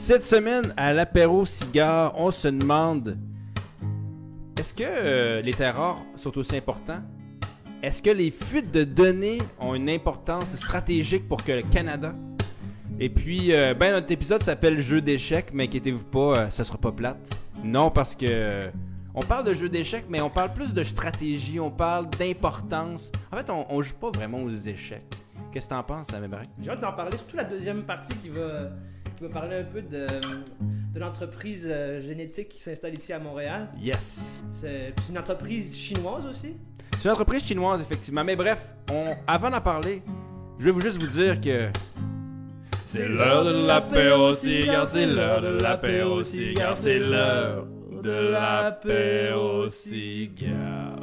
Cette semaine, à l'apéro cigare, on se demande est-ce que les terres rares sont aussi importants? Est-ce que les fuites de données ont une importance stratégique pour que le Canada? Et puis, notre épisode s'appelle Jeu d'échecs, mais inquiétez-vous pas, ça sera pas plate. Non, parce que on parle de jeu d'échecs, mais on parle plus de stratégie, on parle d'importance. En fait, on joue pas vraiment aux échecs. Qu'est-ce que t'en penses, Amébré? J'ai hâte d'en parler, surtout la deuxième partie qui va parler un peu de l'entreprise génétique qui s'installe ici à Montréal. Yes! C'est une entreprise chinoise aussi. C'est une entreprise chinoise, effectivement. Mais bref, avant d'en parler, je vais juste vous dire que... C'est l'heure de l'apéro cigare, c'est l'heure de l'apéro cigare, c'est l'heure de l'apéro cigare.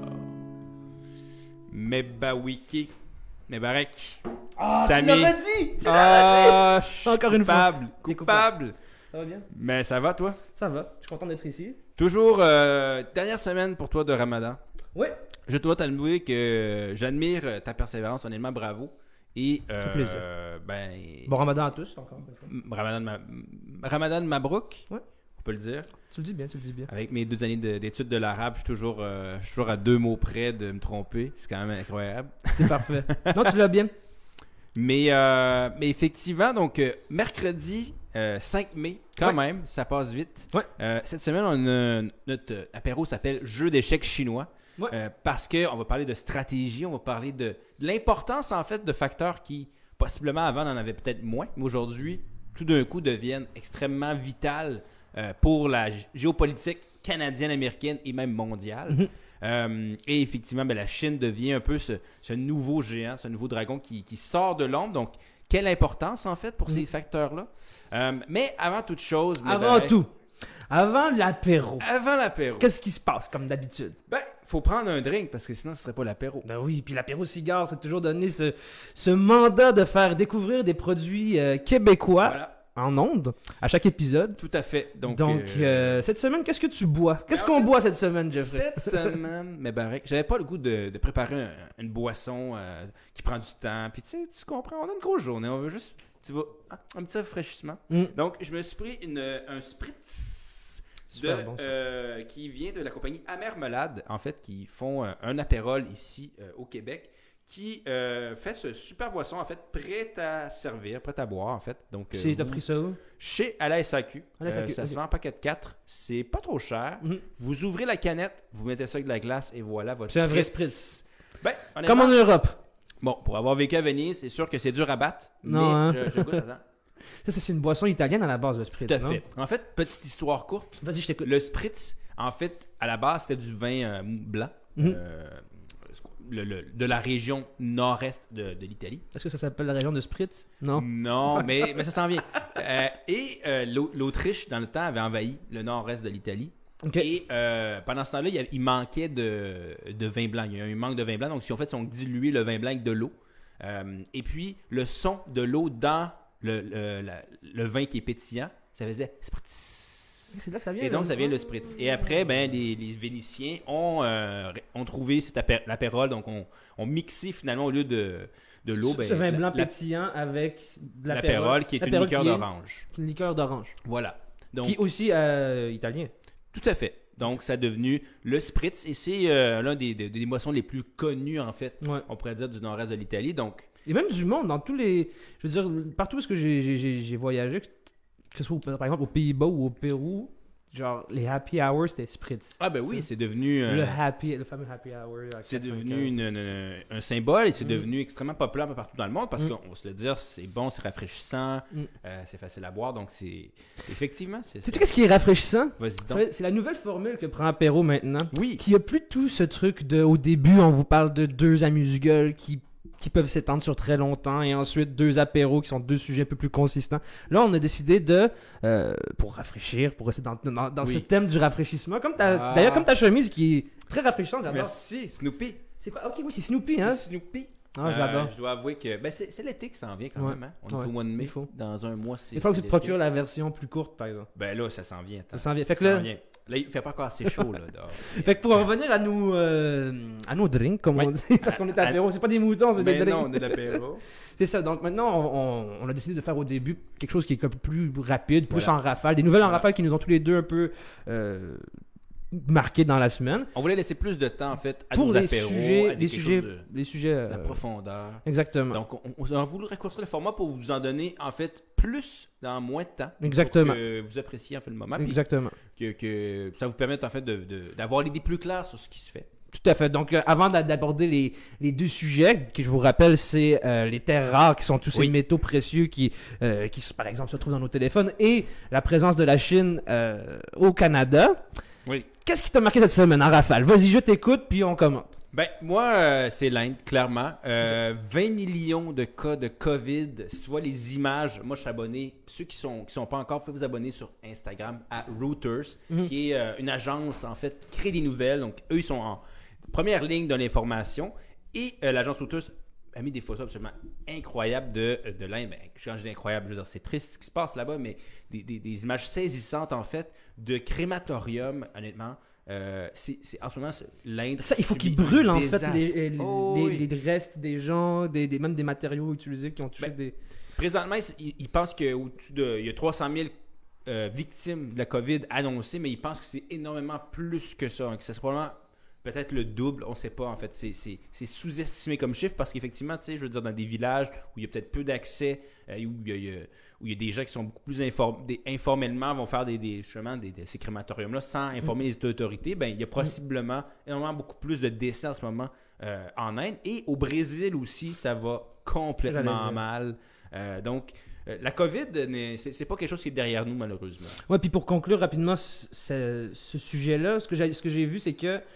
Mais Bawiki, mais Barek, Samy. Tu l'avais dit! Tu l'avais dit! Encore une fois. Coupable. Ça va bien? Mais ça va, toi? Ça va, je suis content d'être ici. Toujours, dernière semaine pour toi de Ramadan. Oui. Je dois t'avouer que j'admire ta persévérance, honnêtement, bravo. Et, c'est plaisir. Bon Ramadan à tous, encore une fois. Ramadan Mabrouk, ouais. On peut le dire. Tu le dis bien, tu le dis bien. Avec mes 2 années d'études de l'arabe, je suis toujours à 2 mots près de me tromper. C'est quand même incroyable. C'est parfait. Non, tu l'as bien. Mais effectivement, donc, mercredi 5 mai, quand même, ça passe vite. Ouais. Cette semaine, notre apéro s'appelle Jeu d'échecs chinois. Ouais. Parce qu'on va parler de stratégie, on va parler de l'importance en fait de facteurs qui, possiblement avant, on en avait peut-être moins, mais aujourd'hui, tout d'un coup, deviennent extrêmement vitales pour la géopolitique canadienne, américaine et même mondiale. Mm-hmm. Et effectivement, la Chine devient un peu ce nouveau géant, ce nouveau dragon qui sort de l'ombre. Donc, quelle importance en fait pour ces facteurs-là? Mais avant toute chose... Avant l'apéro. Qu'est-ce qui se passe, comme d'habitude? Faut prendre un drink, parce que sinon, ce serait pas l'apéro. Ben oui, puis l'apéro cigare, c'est toujours donné ce mandat de faire découvrir des produits québécois en ondes à chaque épisode. Tout à fait. Donc cette semaine, qu'est-ce que tu bois? Qu'est-ce qu'on boit cette semaine, Jeffrey? Cette semaine, mais Barek, j'avais pas le goût de préparer une boisson qui prend du temps. Puis tu comprends, on a une grosse journée, on veut juste... un petit rafraîchissement. Donc, je me suis pris un spritz qui vient de la compagnie Amermelade, en fait, qui font un apérol ici au Québec, qui fait ce super boisson, en fait, prête à servir, prête à boire, en fait. Donc, t'as pris ça où? À la SAQ. Ça se vend en paquet de 4. C'est pas trop cher. Mm-hmm. Vous ouvrez la canette, vous mettez ça avec de la glace et voilà votre C'est un vrai spritz. Comme en Europe. Bon, pour avoir vécu à Venise, c'est sûr que c'est dur à battre. Non, mais je goûte à ça. Ça, c'est une boisson italienne à la base, le spritz. Tout à fait. En fait, petite histoire courte. Vas-y, je t'écoute. Le spritz, en fait, à la base, c'était du vin blanc de la région nord-est de l'Italie. Est-ce que ça s'appelle la région de spritz? Non. Non, mais ça s'en vient. L'Autriche, dans le temps, avait envahi le nord-est de l'Italie. Okay. Et pendant ce temps-là, il manquait de vin blanc. Il y a eu un manque de vin blanc. Donc, ils ont dilué le vin blanc avec de l'eau. Et puis, le son de l'eau dans le vin qui est pétillant, ça faisait spritz. C'est là que ça vient. Et donc, ça vient le spritz. Et après, les Vénitiens ont trouvé l'apérole. Donc, on mixé finalement au lieu de l'eau. Ce vin blanc pétillant avec de l'apérole qui est une liqueur d'orange. Une liqueur d'orange. Voilà. Donc, qui est aussi italien. Tout à fait. Donc, ça a devenu le spritz. Et c'est l'un des boissons les plus connues, en fait, on pourrait dire, du nord-est de l'Italie. Donc, et même du monde, dans tous les... Je veux dire, partout où j'ai voyagé, que ce soit par exemple aux Pays-Bas ou au Pérou, genre les happy hours, c'était spritz. Ah ben oui, c'est devenu... le fameux happy hour. C'est devenu un symbole et c'est devenu extrêmement populaire un peu partout dans le monde parce qu'on va se le dire, c'est bon, c'est rafraîchissant, c'est facile à boire, donc c'est... Effectivement, c'est... Sais-tu qu'est-ce qui est rafraîchissant? Vas-y donc. C'est la nouvelle formule que prend Apéro maintenant. Oui. Qui a plus tout ce truc de... Au début, on vous parle de 2 amuse-gueules qui peuvent s'étendre sur très longtemps et ensuite 2 apéros qui sont 2 sujets un peu plus consistants. Là, on a décidé de, pour rafraîchir, pour rester dans ce thème du rafraîchissement, d'ailleurs comme ta chemise qui est très rafraîchissante, j'adore. Merci, Snoopy. C'est quoi? Ok, oui, c'est Snoopy, hein? C'est Snoopy. Ah, je l'adore. Je dois avouer que c'est l'été qui s'en vient quand Ouais. même. Hein? On est au mois de mai. Dans un mois, c'est. Il faut que tu te l'été. procures la version plus courte, par exemple. Ben là, ça s'en vient. Ça s'en vient. Fait que Ça là, s'en vient. Là, il fait pas encore assez chaud là dehors. fait que pour en revenir à nos drinks, comme Ouais. on dit, parce qu'on est apéro, c'est pas des moutons, c'est des Ben drinks. non, on est l'apéro. C'est ça. Donc maintenant, on a décidé de faire au début quelque chose qui est un peu plus rapide, plus Voilà. en rafale, des nouvelles en Voilà. rafale qui nous ont tous les deux un peu marqués dans la semaine. On voulait laisser plus de temps en fait à Pour nos les apéros, sujets, à les sujets, les sujets. la profondeur. Exactement. Donc, on a voulu raccourcir le format pour vous en donner, en fait, plus dans moins de temps. Exactement. Pour que vous appréciez, en fait, le moment. Puis Exactement. que ça vous permette, en fait, d'avoir l'idée plus claire sur ce qui se fait. Tout à fait. Donc, avant d'aborder les deux sujets, que je vous rappelle, c'est les terres rares, qui sont tous ces Oui. métaux précieux qui, par exemple, se trouvent dans nos téléphones, et la présence de la Chine au Canada. Oui. Qu'est-ce qui t'a marqué cette semaine en rafale? Vas-y, je t'écoute, puis on commente. Ben, moi, c'est l'Inde, clairement. 20 millions de cas de COVID. Si tu vois les images, moi, je suis abonné. Ceux qui sont pas encore, vous pouvez vous abonner sur Instagram à Reuters, qui est une agence, en fait, qui crée des nouvelles. Donc, eux, ils sont en première ligne de l'information. Et l'agence Reuters a mis des photos absolument incroyables de l'Inde. Ben, quand je dis incroyable, je veux dire, c'est triste ce qui se passe là-bas, mais des images saisissantes, en fait, de crématorium, honnêtement. En ce moment, l'Inde. Ça, il faut qu'ils subit un brûlent, en fait, désastre. les restes des gens, même des matériaux utilisés qui ont touché Ben, des... Présentement, ils pensent qu'il y a 300 000 victimes de la COVID annoncées, mais ils pensent que c'est énormément plus que ça. Que c'est probablement peut-être le double, on ne sait pas en fait. C'est sous-estimé comme chiffre parce qu'effectivement, tu sais, je veux dire, dans des villages où il y a peut-être peu d'accès, où il y a des gens qui sont beaucoup plus informellement vont faire ces crématoriums-là sans informer les autorités, ben, il y a possiblement énormément beaucoup plus de décès en ce moment en Inde. Et au Brésil aussi, ça va complètement mal. Donc, la COVID, c'est pas quelque chose qui est derrière nous, malheureusement. Ouais, puis pour conclure rapidement ce sujet-là, ce que j'ai vu, c'est que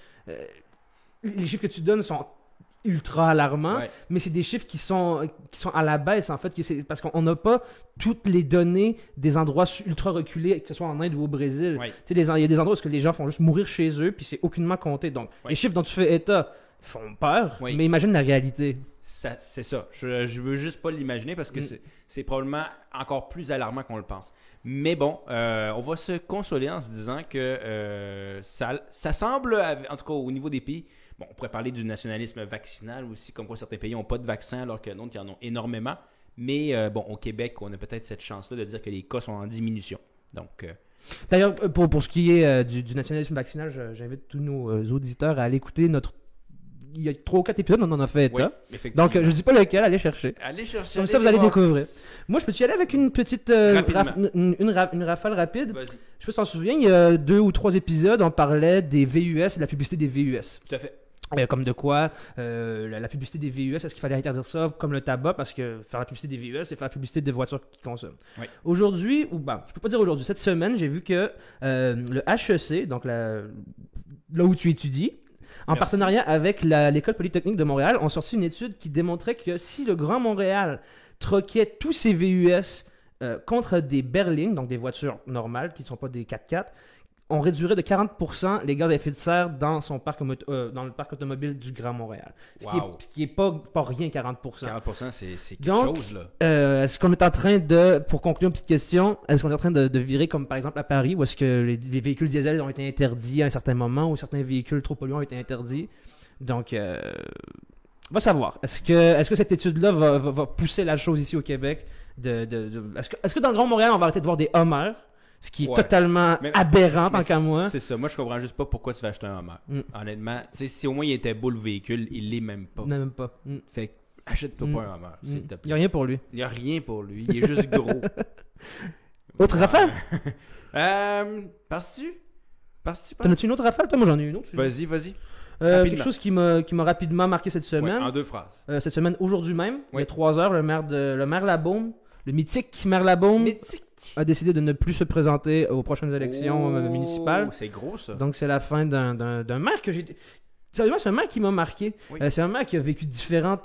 les chiffres que tu donnes sont ultra alarmants, Ouais. mais c'est des chiffres qui sont à la baisse, en fait, parce qu'on n'a pas toutes les données des endroits ultra reculés, que ce soit en Inde ou au Brésil. Ouais. Tu sais, il y a des endroits où les gens font juste mourir chez eux, puis c'est aucunement compté. Donc, Ouais. les chiffres dont tu fais état font peur, Oui. mais imagine la réalité. C'est ça. Je veux juste pas l'imaginer parce que c'est probablement encore plus alarmant qu'on le pense. Mais bon, on va se consoler en se disant que ça semble, en tout cas au niveau des pays, bon, on pourrait parler du nationalisme vaccinal aussi, comme quoi certains pays n'ont pas de vaccin alors que d'autres, ils en ont énormément. Mais bon, au Québec, on a peut-être cette chance-là de dire que les cas sont en diminution. Donc, D'ailleurs, pour ce qui est du nationalisme vaccinal, j'invite tous nos auditeurs à aller écouter il y a 3 ou 4 épisodes, on en a fait état. oui, effectivement. Donc, je dis pas lequel, allez chercher. Allez chercher. Comme ça, vous allez voir. découvrir. Moi, je peux y aller avec une petite Rapidement. une rafale rapide. Vas-y. Je sais pas si tu t'en souviens, il y a 2 ou 3 épisodes, on parlait des VUS et de la publicité des VUS. Tout à fait. Comme de quoi, la publicité des VUS, est-ce qu'il fallait interdire ça comme le tabac? Parce que faire la publicité des VUS, c'est faire la publicité des voitures qui consomment. Oui. Aujourd'hui, je peux pas dire aujourd'hui, cette semaine, j'ai vu que le HEC, donc là où tu étudies, en Merci. partenariat avec l'École polytechnique de Montréal, ont sorti une étude qui démontrait que si le Grand Montréal troquait tous ses VUS contre des berlines, donc des voitures normales qui ne sont pas des 4x4, on réduirait de 40% les gaz à effet de serre dans dans le parc automobile du Grand Montréal. Wow. Ce qui est pas rien, 40%. 40%, c'est quelque Donc, chose, là. Est-ce qu'on est en train pour conclure une petite question, est-ce qu'on est en train de virer comme par exemple à Paris, où est-ce que les véhicules diesel ont été interdits à un certain moment, ou certains véhicules trop polluants ont été interdits? Donc, on va savoir. Est-ce que cette étude-là va pousser la chose ici au Québec? Est-ce que dans le Grand Montréal, on va arrêter de voir des Hummers? Ce qui est totalement aberrant tant qu'à moi. C'est ça. Moi, je comprends juste pas pourquoi tu vas acheter un Hummer. Honnêtement, tu sais, si au moins il était beau le véhicule, il l'est même pas. Non, même pas. Fait que achète-toi pas un Hummer, s'il te plaît. Il n'y a rien pour lui. Il n'y a rien pour lui. Il est juste gros. Autre rafale? Passes-tu? T'en as-tu une autre rafale? Toi, moi j'en ai une autre. Vas-y. Quelque chose qui m'a rapidement marqué cette semaine. Ouais, en 2 phrases. Cette semaine, aujourd'hui même, il y Oui. a 3 heures, le maire Labaume, le mythique maire Labaume, Mythique. a décidé de ne plus se présenter aux prochaines élections municipales. C'est gros, ça. Donc c'est la fin d'un maire que j'ai... Sérieusement, c'est un maire qui m'a marqué. Oui. C'est un maire qui a vécu différentes...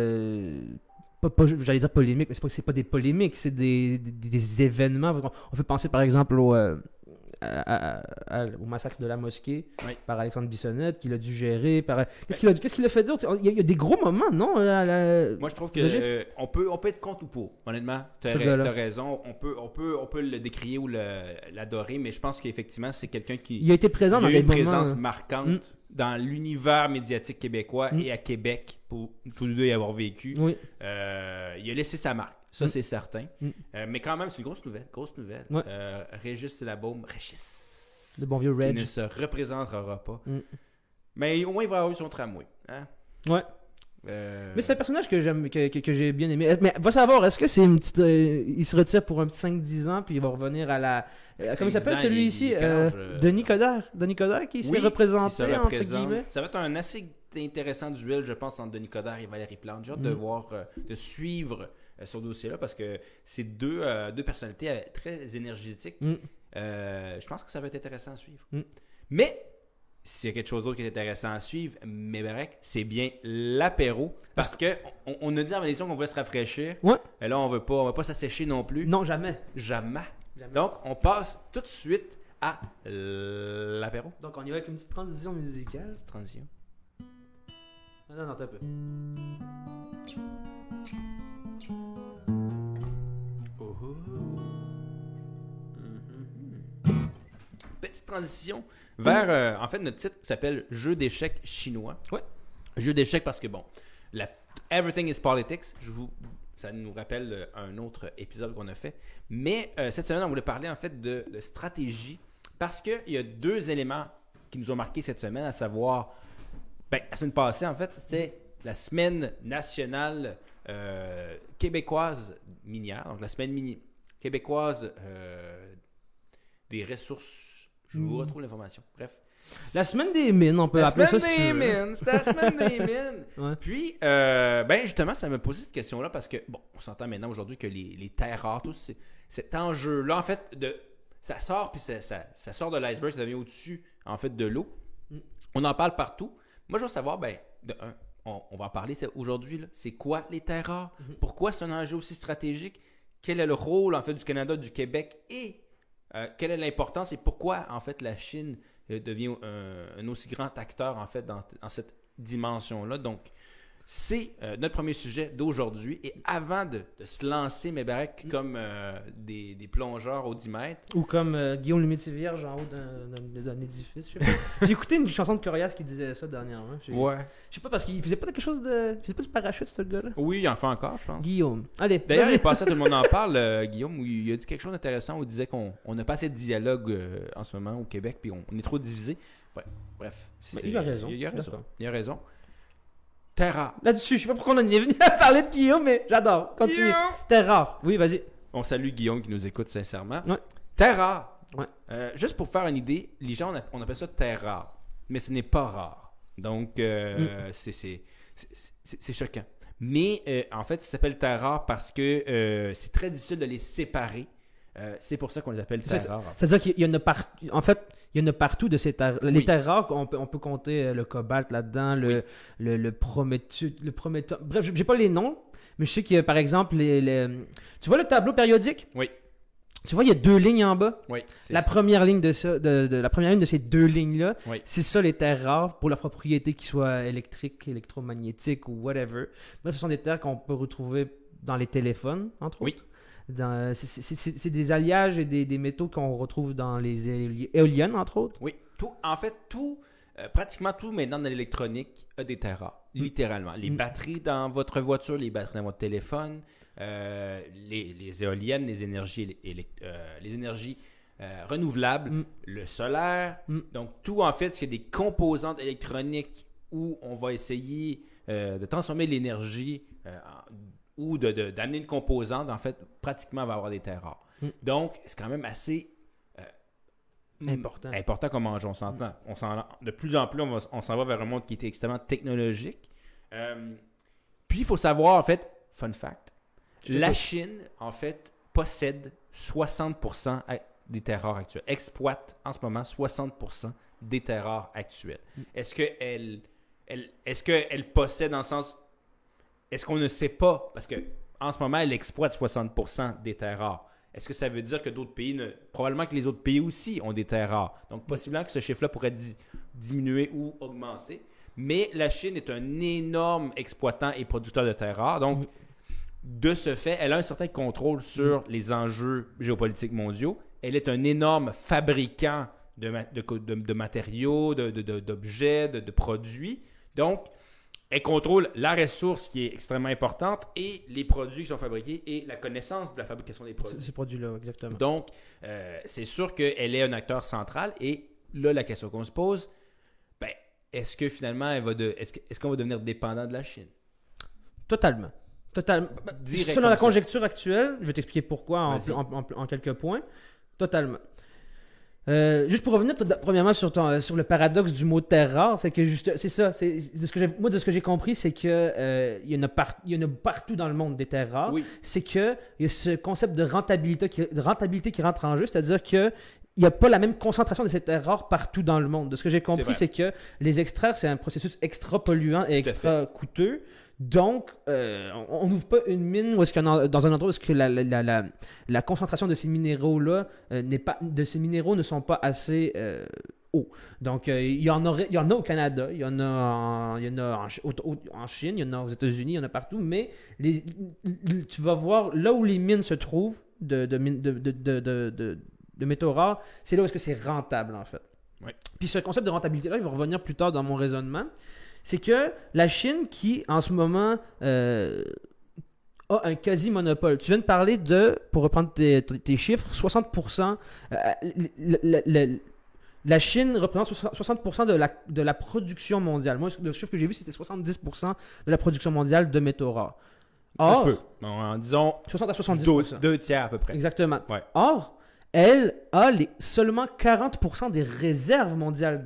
j'allais dire polémiques, mais c'est pas des polémiques, c'est des événements. On peut penser par exemple au massacre de la mosquée Oui. par Alexandre Bissonnette, qu'il a dû gérer. Qu'est-ce qu'il a fait d'autre? Il y a des gros moments, non? Moi, je trouve que Régis? on peut être contre ou pour. Honnêtement, t'as Ce gars-là. raison. On peut le décrier ou l'adorer, mais je pense qu'effectivement, c'est quelqu'un qui Il a été présent il dans a eu des une moments. présence marquante dans l'univers médiatique québécois et à Québec, pour tous les deux y avoir vécu. Oui. Il a laissé sa marque. Ça, c'est certain. Mais quand même, c'est une grosse nouvelle. Ouais. Régis Labaume, Le bon vieux qui Reg. ne se représentera pas. Mais au moins, il va avoir eu son tramway. Hein? Ouais. Mais c'est un personnage que j'aime, que j'ai bien aimé. Mais va savoir, est-ce que c'est une petite. Il se retire pour un petit 5-10 ans, puis il va revenir à la. Comment il s'appelle 5-10 ans, celui il- ici quel âge, Denis Coderre. Denis Coderre qui s'est Oui, représenté, qui se entre représente. guillemets. Ça va être un assez intéressant duel, je pense, entre Denis Coderre et Valérie Plante. J'ai hâte de voir, de suivre ce dossier-là, parce que c'est deux personnalités très énergétiques. Je pense que ça va être intéressant à suivre. Mais, s'il y a quelque chose d'autre qui est intéressant à suivre, Mébarek, c'est bien l'apéro. Parce que on a dit en émission qu'on voulait se rafraîchir. Ouais. Et là, on va pas s'assécher non plus. Non, jamais. Jamais. Donc, on passe tout de suite à l'apéro. Donc, on y va avec une petite transition musicale. Transition. Non, t'as un peu. Petite transition vers, en fait, notre titre s'appelle Jeu d'échecs chinois. Ouais. Jeu d'échecs parce que, bon, Everything is Politics, ça nous rappelle un autre épisode qu'on a fait. Mais cette semaine, on voulait parler, en fait, de stratégie parce qu'il y a deux éléments qui nous ont marqué cette semaine, à savoir, la semaine passée, en fait, c'était la semaine nationale québécoise minière, donc la semaine québécoise des ressources. Je vous retrouve l'information. Bref. La semaine des mines, on peut appeler ça. La semaine des mines. C'était la semaine des mines. Ouais. Puis, justement, ça m'a posé cette question-là parce que, bon, on s'entend maintenant aujourd'hui que les terres rares, tout cet enjeu-là, en fait, ça sort, puis ça sort de l'iceberg, ça devient au-dessus, en fait, de l'eau. On en parle partout. Moi, je veux savoir, on va en parler aujourd'hui, là. C'est quoi les terres rares? Pourquoi c'est un enjeu aussi stratégique? Quel est le rôle, en fait, du Canada, du Québec et quelle est l'importance et pourquoi, en fait, la Chine devient un aussi grand acteur, en fait, dans cette dimension-là. Donc, c'est notre premier sujet d'aujourd'hui. Et avant de se lancer, Mébarek, comme des plongeurs au 10 mètres. Ou comme Guillaume le Métier Vierge en haut d'un édifice. Je sais pas. J'ai écouté une chanson de Corias qui disait ça dernièrement. Ouais. Je sais pas, parce qu'il faisait pas quelque chose de. Il faisait pas du parachute, ce gars-là. Oui, il en fait encore, je pense. Guillaume. Allez, D'ailleurs, il vas-y. est passé à Tout le monde en parle, Guillaume, où il a dit quelque chose d'intéressant, où il disait qu'on n'a pas assez de dialogue en ce moment au Québec, puis on est trop divisé. Bref. Mais il a raison. Il a je suis raison. d'accord. Il a raison. Terre rare. Là-dessus, je sais pas pourquoi on en est venu à parler de Guillaume, mais j'adore. Continue. Guillaume! Terre rare. Oui, vas-y. On salue Guillaume qui nous écoute sincèrement. Ouais. Terre rare. Ouais. Juste pour faire une idée, les gens, on appelle ça terre rare, mais ce n'est pas rare. Donc, c'est choquant. Mais en fait, ça s'appelle terre rare parce que c'est très difficile de les séparer. C'est pour ça qu'on les appelle terres rares. C'est-à-dire qu'il y en a partout. En fait, il y en a partout de ces terres. Les Oui. terres rares, on peut compter le cobalt là-dedans, le prométhée. Bref, j'ai pas les noms, mais je sais qu'il y a par exemple tu vois le tableau périodique? Oui. Tu vois, il y a deux lignes en bas. Oui. La première ligne la première ligne de ces deux lignes-là, Oui. c'est ça les terres rares pour leurs propriétés qui soient électriques, électromagnétiques ou whatever. Bref, ce sont des terres qu'on peut retrouver dans les téléphones, entre Oui. autres. C'est des alliages et des métaux qu'on retrouve dans les éoliennes, entre autres. Oui. Pratiquement tout maintenant dans l'électronique a des terres rares. Littéralement. Les batteries dans votre voiture, les batteries dans votre téléphone, les éoliennes, les énergies renouvelables, le solaire. Donc, tout, en fait, c'est des composantes électroniques où on va essayer de transformer l'énergie ou d'amener une composante, en fait, pratiquement, va avoir des terres rares. Donc, c'est quand même assez important comme enjeu, on s'entend. De plus en plus, on s'en va vers un monde qui est extrêmement technologique. Puis, il faut savoir, en fait, fun fact, la Chine, en fait, possède 60% des terres rares actuelles. Exploite en ce moment 60% des terres rares actuelles. Est-ce qu'elle possède dans le sens... Est-ce qu'on ne sait pas? Parce que en ce moment, elle exploite 60% des terres rares. Est-ce que ça veut dire que d'autres pays, probablement que les autres pays aussi ont des terres rares. Donc, possiblement que ce chiffre-là pourrait diminuer ou augmenter. Mais la Chine est un énorme exploitant et producteur de terres rares. Donc, de ce fait, elle a un certain contrôle sur les enjeux géopolitiques mondiaux. Elle est un énorme fabricant de matériaux, d'objets, de produits. Donc, elle contrôle la ressource qui est extrêmement importante et les produits qui sont fabriqués et la connaissance de la fabrication des produits. Ces produits-là, exactement. Donc, c'est sûr qu'elle est un acteur central. Et là, la question qu'on se pose, est-ce que finalement, est-ce qu'on va devenir dépendant de la Chine? Totalement. Selon la conjecture actuelle, je vais t'expliquer pourquoi en quelques points. Totalement. Juste pour revenir premièrement sur le paradoxe du mot terre rare, c'est que c'est ça. De ce que j'ai compris, c'est que il y en a partout dans le monde des terres rares. Oui. C'est que il y a ce concept de rentabilité qui rentre en jeu, c'est-à-dire que il n'y a pas la même concentration de ces terres rares partout dans le monde. De ce que j'ai compris, c'est que les extraire, c'est un processus extra polluant et extra coûteux. Donc, on n'ouvre pas une mine où est-ce dans un endroit où est-ce que la concentration de ces minéraux-là ces minéraux ne sont pas assez hauts. Donc, il y en a au Canada, il y en a en Chine, il y en a aux États-Unis, il y en a partout, mais tu vas voir là où les mines se trouvent de métaux rares, c'est là où est-ce que c'est rentable en fait. Oui. Puis ce concept de rentabilité-là, il va revenir plus tard dans mon raisonnement. C'est que la Chine, qui en ce moment a un quasi-monopole, tu viens de parler pour reprendre tes chiffres, 60%, la Chine représente 60% de la production mondiale. Moi, le chiffre que j'ai vu, c'était 70% de la production mondiale de métaux rares. Or, disons 60 à 70%. 2 tiers à peu près. Exactement. Ouais. Or, elle a seulement 40% des réserves mondiales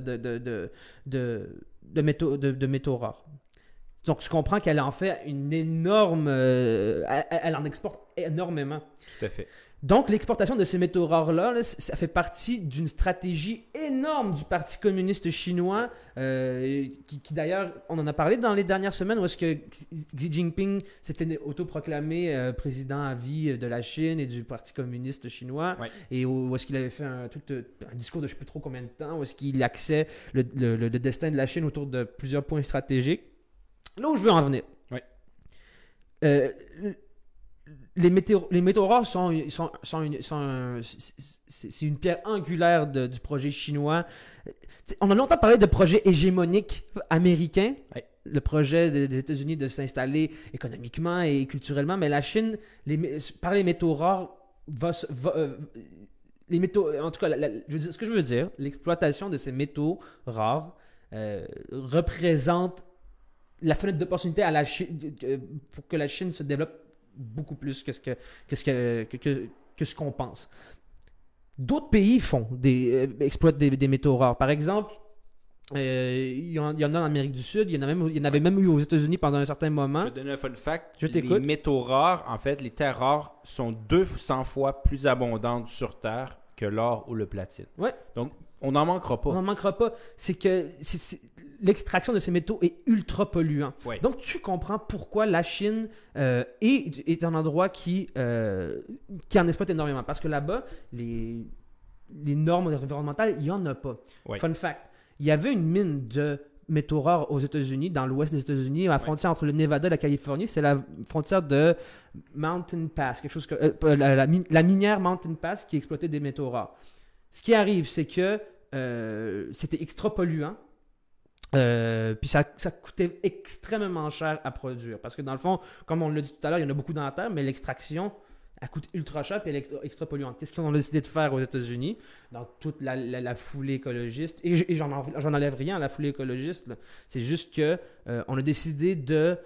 de métaux rares. Donc, tu comprends qu'elle en fait une énorme... elle en exporte énormément. Tout à fait. Donc, l'exportation de ces métaux rares-là, ça fait partie d'une stratégie énorme du Parti communiste chinois, qui d'ailleurs, on en a parlé dans les dernières semaines, où est-ce que Xi Jinping s'était autoproclamé président à vie de la Chine et du Parti communiste chinois, ouais. Et où est-ce qu'il avait fait un discours de je ne sais plus trop combien de temps, où est-ce qu'il axait le destin de la Chine autour de plusieurs points stratégiques. Là où je veux en venir. Ouais. Les métaux rares c'est une pierre angulaire du projet chinois. On a longtemps parlé de projet hégémonique américain, ouais. Le projet des États-Unis de s'installer économiquement et culturellement, mais la Chine, par les métaux rares, les métaux, en tout cas, ce que je veux dire, l'exploitation de ces métaux rares représente la fenêtre d'opportunité à la Chine, pour que la Chine se développe beaucoup plus que ce qu'on pense. D'autres pays exploitent des métaux rares. Par exemple, il y en a en Amérique du Sud, il y en avait même eu aux États-Unis pendant un certain moment. Je vais te donner un fun fact. Je t'écoute. Les métaux rares, en fait, les terres rares sont 200 fois plus abondantes sur Terre que l'or ou le platine. Ouais. Donc, on n'en manquera pas. On n'en manquera pas. C'est que l'extraction de ces métaux est ultra polluant. Ouais. Donc, tu comprends pourquoi la Chine est un endroit qui en exploite énormément. Parce que là-bas, les normes environnementales, il n'y en a pas. Ouais. Fun fact, il y avait une mine de métaux rares aux États-Unis, dans l'ouest des États-Unis, à la frontière entre le Nevada et la Californie. C'est la frontière de Mountain Pass, quelque chose que la minière Mountain Pass qui exploitait des métaux rares. Ce qui arrive, c'est que c'était extra polluant. Puis ça coûtait extrêmement cher à produire. Parce que dans le fond, comme on l'a dit tout à l'heure, il y en a beaucoup dans la terre, mais l'extraction, elle coûte ultra cher et elle est extra polluante. Qu'est-ce qu'on a décidé de faire aux États-Unis dans toute la foulée écologiste? Et j'en enlève rien à la foulée écologiste, là. C'est juste que on a décidé de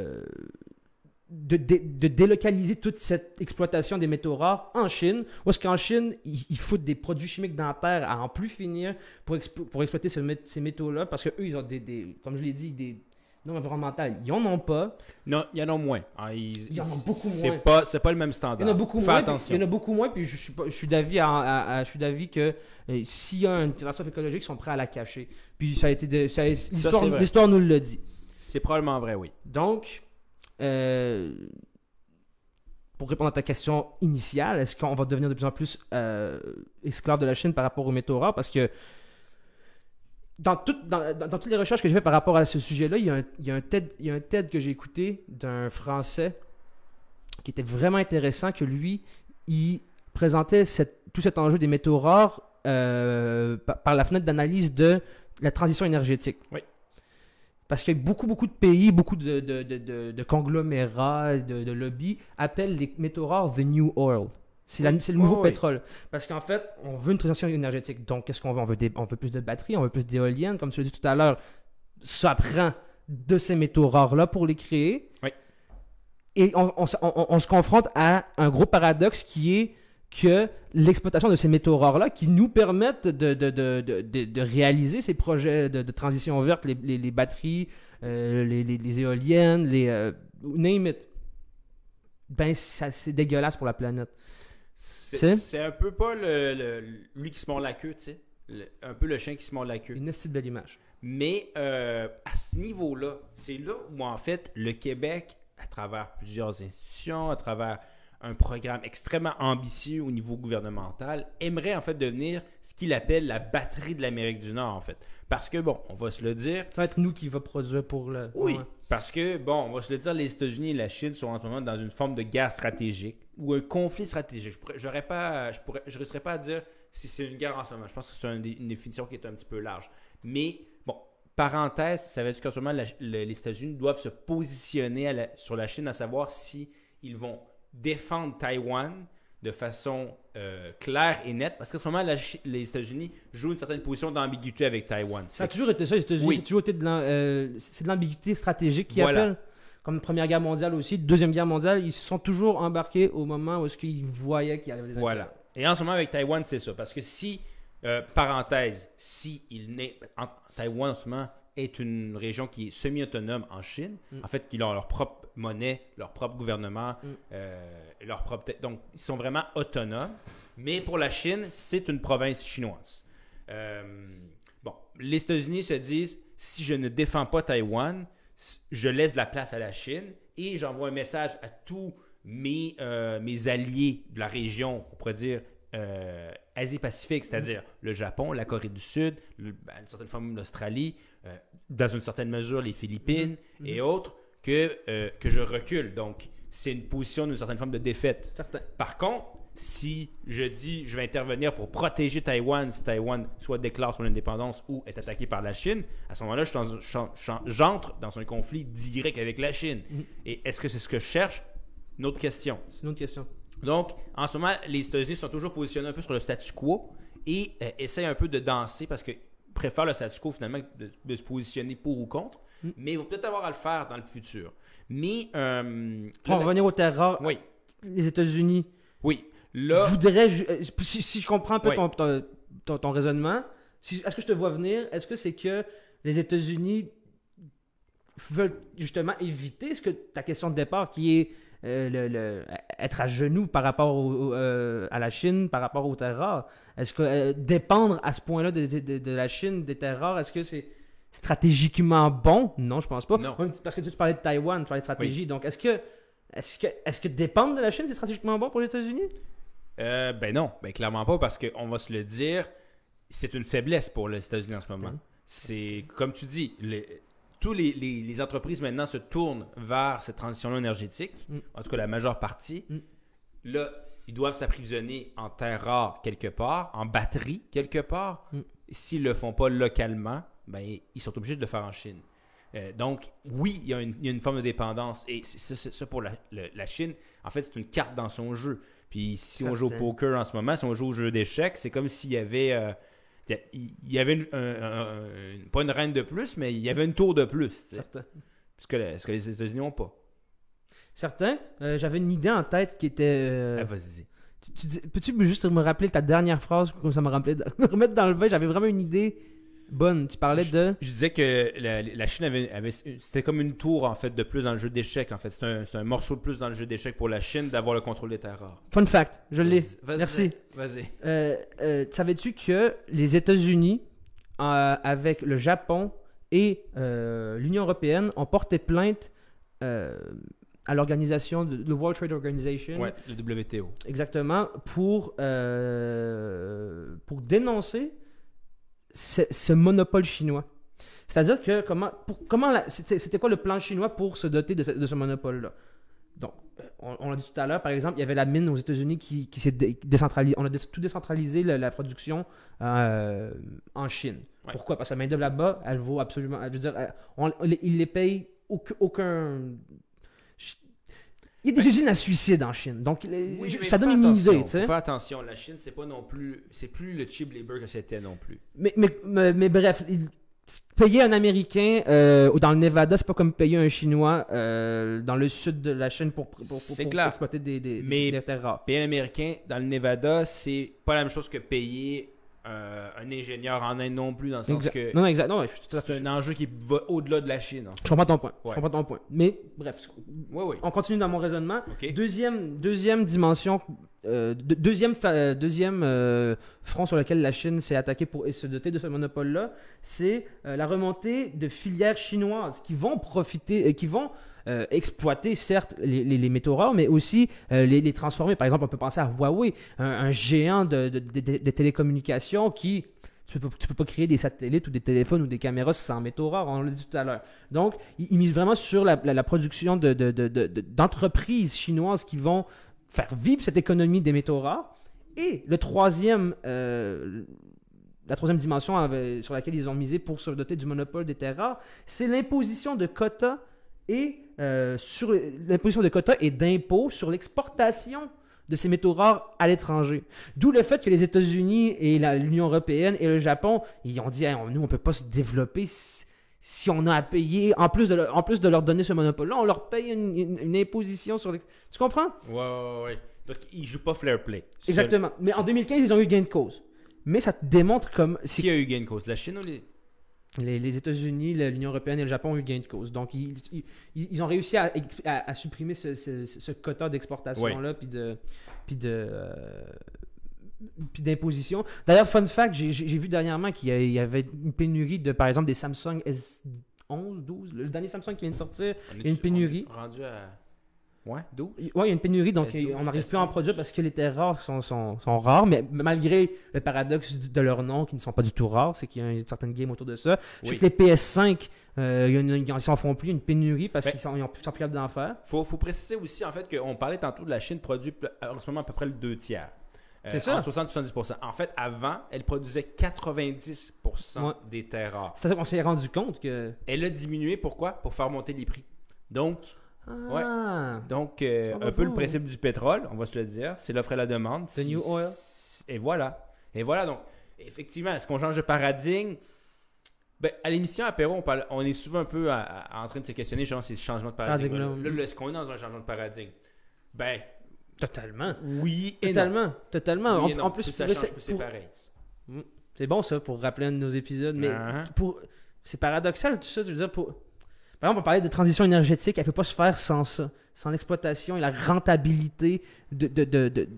délocaliser toute cette exploitation des métaux rares en Chine, où est-ce qu'en Chine, ils foutent des produits chimiques dans la terre à en plus finir pour exploiter ces métaux-là, parce qu'eux, ils ont comme je l'ai dit, des normes environnementales. Ils n'en ont pas. Non, il y en a moins. Il y en a beaucoup moins. C'est pas le même standard. Il y en a beaucoup Fais moins. attention. Il y en a beaucoup moins, puis je suis d'avis que s'il y a une catastrophe écologique, ils sont prêts à la cacher. Puis ça a été l'histoire nous l'a dit. C'est probablement vrai, oui. Donc, pour répondre à ta question initiale, est-ce qu'on va devenir de plus en plus esclave de la Chine par rapport aux métaux rares? Parce que dans toutes les recherches que j'ai faites par rapport à ce sujet-là, il y a un TED que j'ai écouté d'un Français qui était vraiment intéressant, que lui, il présentait tout cet enjeu des métaux rares par la fenêtre d'analyse de la transition énergétique. Oui. Parce que beaucoup de pays, beaucoup de conglomérats, de lobbies appellent les métaux rares the new oil. C'est le nouveau pétrole. Parce qu'en fait, on veut une transition énergétique. Donc, qu'est-ce qu'on veut? On veut plus de batteries, on veut plus d'éoliennes. Comme tu l'as dit tout à l'heure, ça prend de ces métaux rares-là pour les créer. Oui. Et on se confronte à un gros paradoxe qui est que l'exploitation de ces métaux rares-là qui nous permettent de réaliser ces projets de transition verte, les batteries, les éoliennes, name it. Ben, c'est dégueulasse pour la planète. C'est un peu pas lui qui se mord la queue, tu sais. Un peu le chien qui se mord la queue. Une petite belle image. Mais à ce niveau-là, c'est là où en fait le Québec, à travers plusieurs institutions, à travers un programme extrêmement ambitieux au niveau gouvernemental, aimerait en fait devenir ce qu'il appelle la batterie de l'Amérique du Nord en fait. Parce que bon, on va se le dire... Ça va être nous qui va produire pour le... Oui, parce que bon, on va se le dire, les États-Unis et la Chine sont en ce moment dans une forme de guerre stratégique ou un conflit stratégique. Je ne risquerais pas à dire si c'est une guerre en ce moment. Je pense que c'est une définition qui est un petit peu large. Mais bon, parenthèse, ça veut dire qu'en ce moment, les États-Unis doivent se positionner sur la Chine, à savoir si ils vont défendre Taïwan de façon claire et nette, parce qu'en ce moment, les États-Unis jouent une certaine position d'ambiguïté avec Taïwan. Ça a toujours été ça, les États-Unis. Oui. C'est toujours été c'est de l'ambiguïté stratégique qui appelle, comme Première Guerre mondiale aussi, Deuxième Guerre mondiale, ils se sont toujours embarqués au moment où ils voyaient qu'il y avait des acteurs. Voilà. Et en ce moment, avec Taïwan, c'est ça. Parce que parenthèse, Taïwan en ce moment est une région qui est semi-autonome en Chine. En fait, ils ont leur propre monnaie, leur propre gouvernement, leur propre... Donc, ils sont vraiment autonomes. Mais pour la Chine, c'est une province chinoise. Bon, les États-Unis se disent, si je ne défends pas Taïwan, je laisse la place à la Chine et j'envoie un message à tous mes alliés de la région, on pourrait dire Asie-Pacifique, c'est-à-dire le Japon, la Corée du Sud, d'une certaine forme l'Australie, dans une certaine mesure les Philippines et autres, que je recule. Donc, c'est une position d'une certaine forme de défaite. Certain. Par contre, si je dis je vais intervenir pour protéger Taïwan, si Taïwan soit déclare son indépendance ou est attaqué par la Chine, à ce moment-là, j'entre dans un conflit direct avec la Chine. Et est-ce que c'est ce que je cherche? Une autre question. C'est une autre question. Donc, en ce moment, les États-Unis sont toujours positionnés un peu sur le statu quo et essayent un peu de danser parce qu'ils préfèrent le statu quo finalement de se positionner pour ou contre, mais ils vont peut-être avoir à le faire dans le futur. Mais... Pour revenir aux terres rares, oui. Les États-Unis voudraient... Si je comprends un peu ton raisonnement, est-ce que je te vois venir? Est-ce que c'est que les États-Unis veulent justement éviter ta question de départ qui est être à genoux par rapport à la Chine, par rapport aux terres rares? Est-ce que dépendre à ce point-là de la Chine, des terres rares, est-ce que c'est stratégiquement bon? Non, je pense pas. Non. Parce que tu parlais de Taïwan, tu parlais de stratégie. Donc, est-ce que dépendre de la Chine, c'est stratégiquement bon pour les États-Unis? Ben non, clairement pas, parce qu'on va se le dire, c'est une faiblesse pour les États-Unis en ce moment. C'est, comme tu dis, tous les entreprises maintenant se tournent vers cette transition-là énergétique, en tout cas la majeure partie. Là, ils doivent s'approvisionner en terres rares quelque part, en batterie quelque part. S'ils ne le font pas localement, ben, ils sont obligés de le faire en Chine. Donc, oui, il y a une forme de dépendance. Et c'est ça pour la Chine. En fait, c'est une carte dans son jeu. Puis si on joue au poker en ce moment, si on joue au jeu d'échecs, c'est comme s'il y avait... il y avait pas une reine de plus, mais il y avait une tour de plus. Certain. Ce que les États-Unis n'ont pas. Certain. J'avais une idée en tête qui était... Vas-y. Peux-tu juste me rappeler ta dernière phrase, comme ça me remettre dans le bain? J'avais vraiment une idée bonne. Tu parlais de... Je disais que la Chine avait... C'était comme une tour, en fait, de plus dans le jeu d'échecs. En fait, c'est un morceau de plus dans le jeu d'échecs pour la Chine d'avoir le contrôle des terres rares. Fun fact, je l'ai. Merci. Vas-y. Savais-tu que les États-Unis, avec le Japon et l'Union européenne, ont porté plainte à l'organisation, le World Trade Organization, Ouais, le WTO. exactement, pour dénoncer ce monopole chinois. C'est-à-dire que c'était quoi le plan chinois pour se doter de ce monopole-là? Donc, on l'a dit tout à l'heure, par exemple, il y avait la mine aux États-Unis qui s'est décentralisée. On a tout décentralisé la production en Chine. Ouais. Pourquoi? Parce que la main-d'œuvre là-bas, elle vaut absolument. Je veux dire, ils les payent aucun. Il y a des usines à suicide en Chine. Donc, Oui, mais ça donne fais une attention, idée. Tu sais. faut faire attention, la Chine, c'est plus le cheap labor que c'était non plus. Mais bref, payer un Américain dans le Nevada, c'est pas comme payer un Chinois dans le sud de la Chine pour clair. exploiter des terres rares. Payer un Américain dans le Nevada, c'est pas la même chose que payer un ingénieur en Inde non plus, dans le sens que Non, exact. Non, je suis tout à c'est fait. un enjeu qui va au-delà de la Chine. En fait. Je comprends ton point. Ouais. Je comprends ton point. Mais bref, Oui. on continue dans mon raisonnement. OK. Deuxième dimension, deuxième front sur lequel la Chine s'est attaquée pour se doter de ce monopole-là, c'est la remontée de filières chinoises qui vont profiter, qui vont exploiter certes les métaux rares, mais aussi les transformer. Par exemple, on peut penser à Huawei, un géant de télécommunications qui... Tu peux pas créer des satellites ou des téléphones ou des caméras sans métaux rares, on l'a dit tout à l'heure. Donc, ils misent vraiment sur la production d'entreprises chinoises qui vont faire vivre cette économie des métaux rares. Et la troisième dimension sur laquelle ils ont misé pour se doter du monopole des terres rares, c'est l'imposition de quotas et d'impôts sur l'exportation de ces métaux rares à l'étranger. D'où le fait que les États-Unis et l'Union européenne et le Japon, ils ont dit hey, nous, on ne peut pas se développer si on a à payer, en plus de leur donner ce monopole-là, on leur paye une imposition sur les... Tu comprends? Ouais. Donc, ils jouent pas fair play. Exactement. Mais en 2015, ils ont eu gain de cause. Mais ça te démontre comme... Qui a eu gain de cause? La Chine ou les... Les États-Unis, l'Union européenne et le Japon ont eu gain de cause. Donc, ils ont réussi à supprimer ce quota d'exportation-là puis d'imposition. D'ailleurs, fun fact, j'ai vu dernièrement qu'il y avait une pénurie de, par exemple, des Samsung S11, 12. Le dernier Samsung qui vient de sortir, il y a une pénurie. Rendu à... Ouais, 12? Oui, il y a une pénurie, donc S12, on n'arrive plus à en produire parce que les terres rares sont rares, mais malgré le paradoxe de leur nom, qui ne sont pas du tout rares, c'est qu'il y a une certaine game autour de ça. Je sais que les PS5, ils s'en font plus, il y a une pénurie parce qu'ils sont plus capables d'en faire. Faut préciser aussi, en fait, qu'on parlait tantôt de la Chine produit en ce moment à peu près le 2/3. C'est ça. Entre 60 et 70%. En fait, avant, elle produisait 90% des terres rares. C'est-à-dire qu'on s'est rendu compte que... Elle a diminué, pourquoi? Pour faire monter les prix. Donc... Ah. Donc, un peu le principe du pétrole, on va se le dire, c'est l'offre et la demande. The new oil. Et voilà. Donc, effectivement, est-ce qu'on change de paradigme? Ben, à l'émission Apéro, on est souvent un peu en train de se questionner sur ces changements de paradigme. Là, est-ce qu'on est dans un changement de paradigme? Ben, totalement. Oui et totalement. Totalement. Oui et non. En plus, ça change, c'est pareil. C'est bon ça pour rappeler un de nos épisodes, mais c'est paradoxal tout ça. Je veux dire, par exemple, on parlait de transition énergétique, elle ne peut pas se faire sans ça, sans l'exploitation et la rentabilité de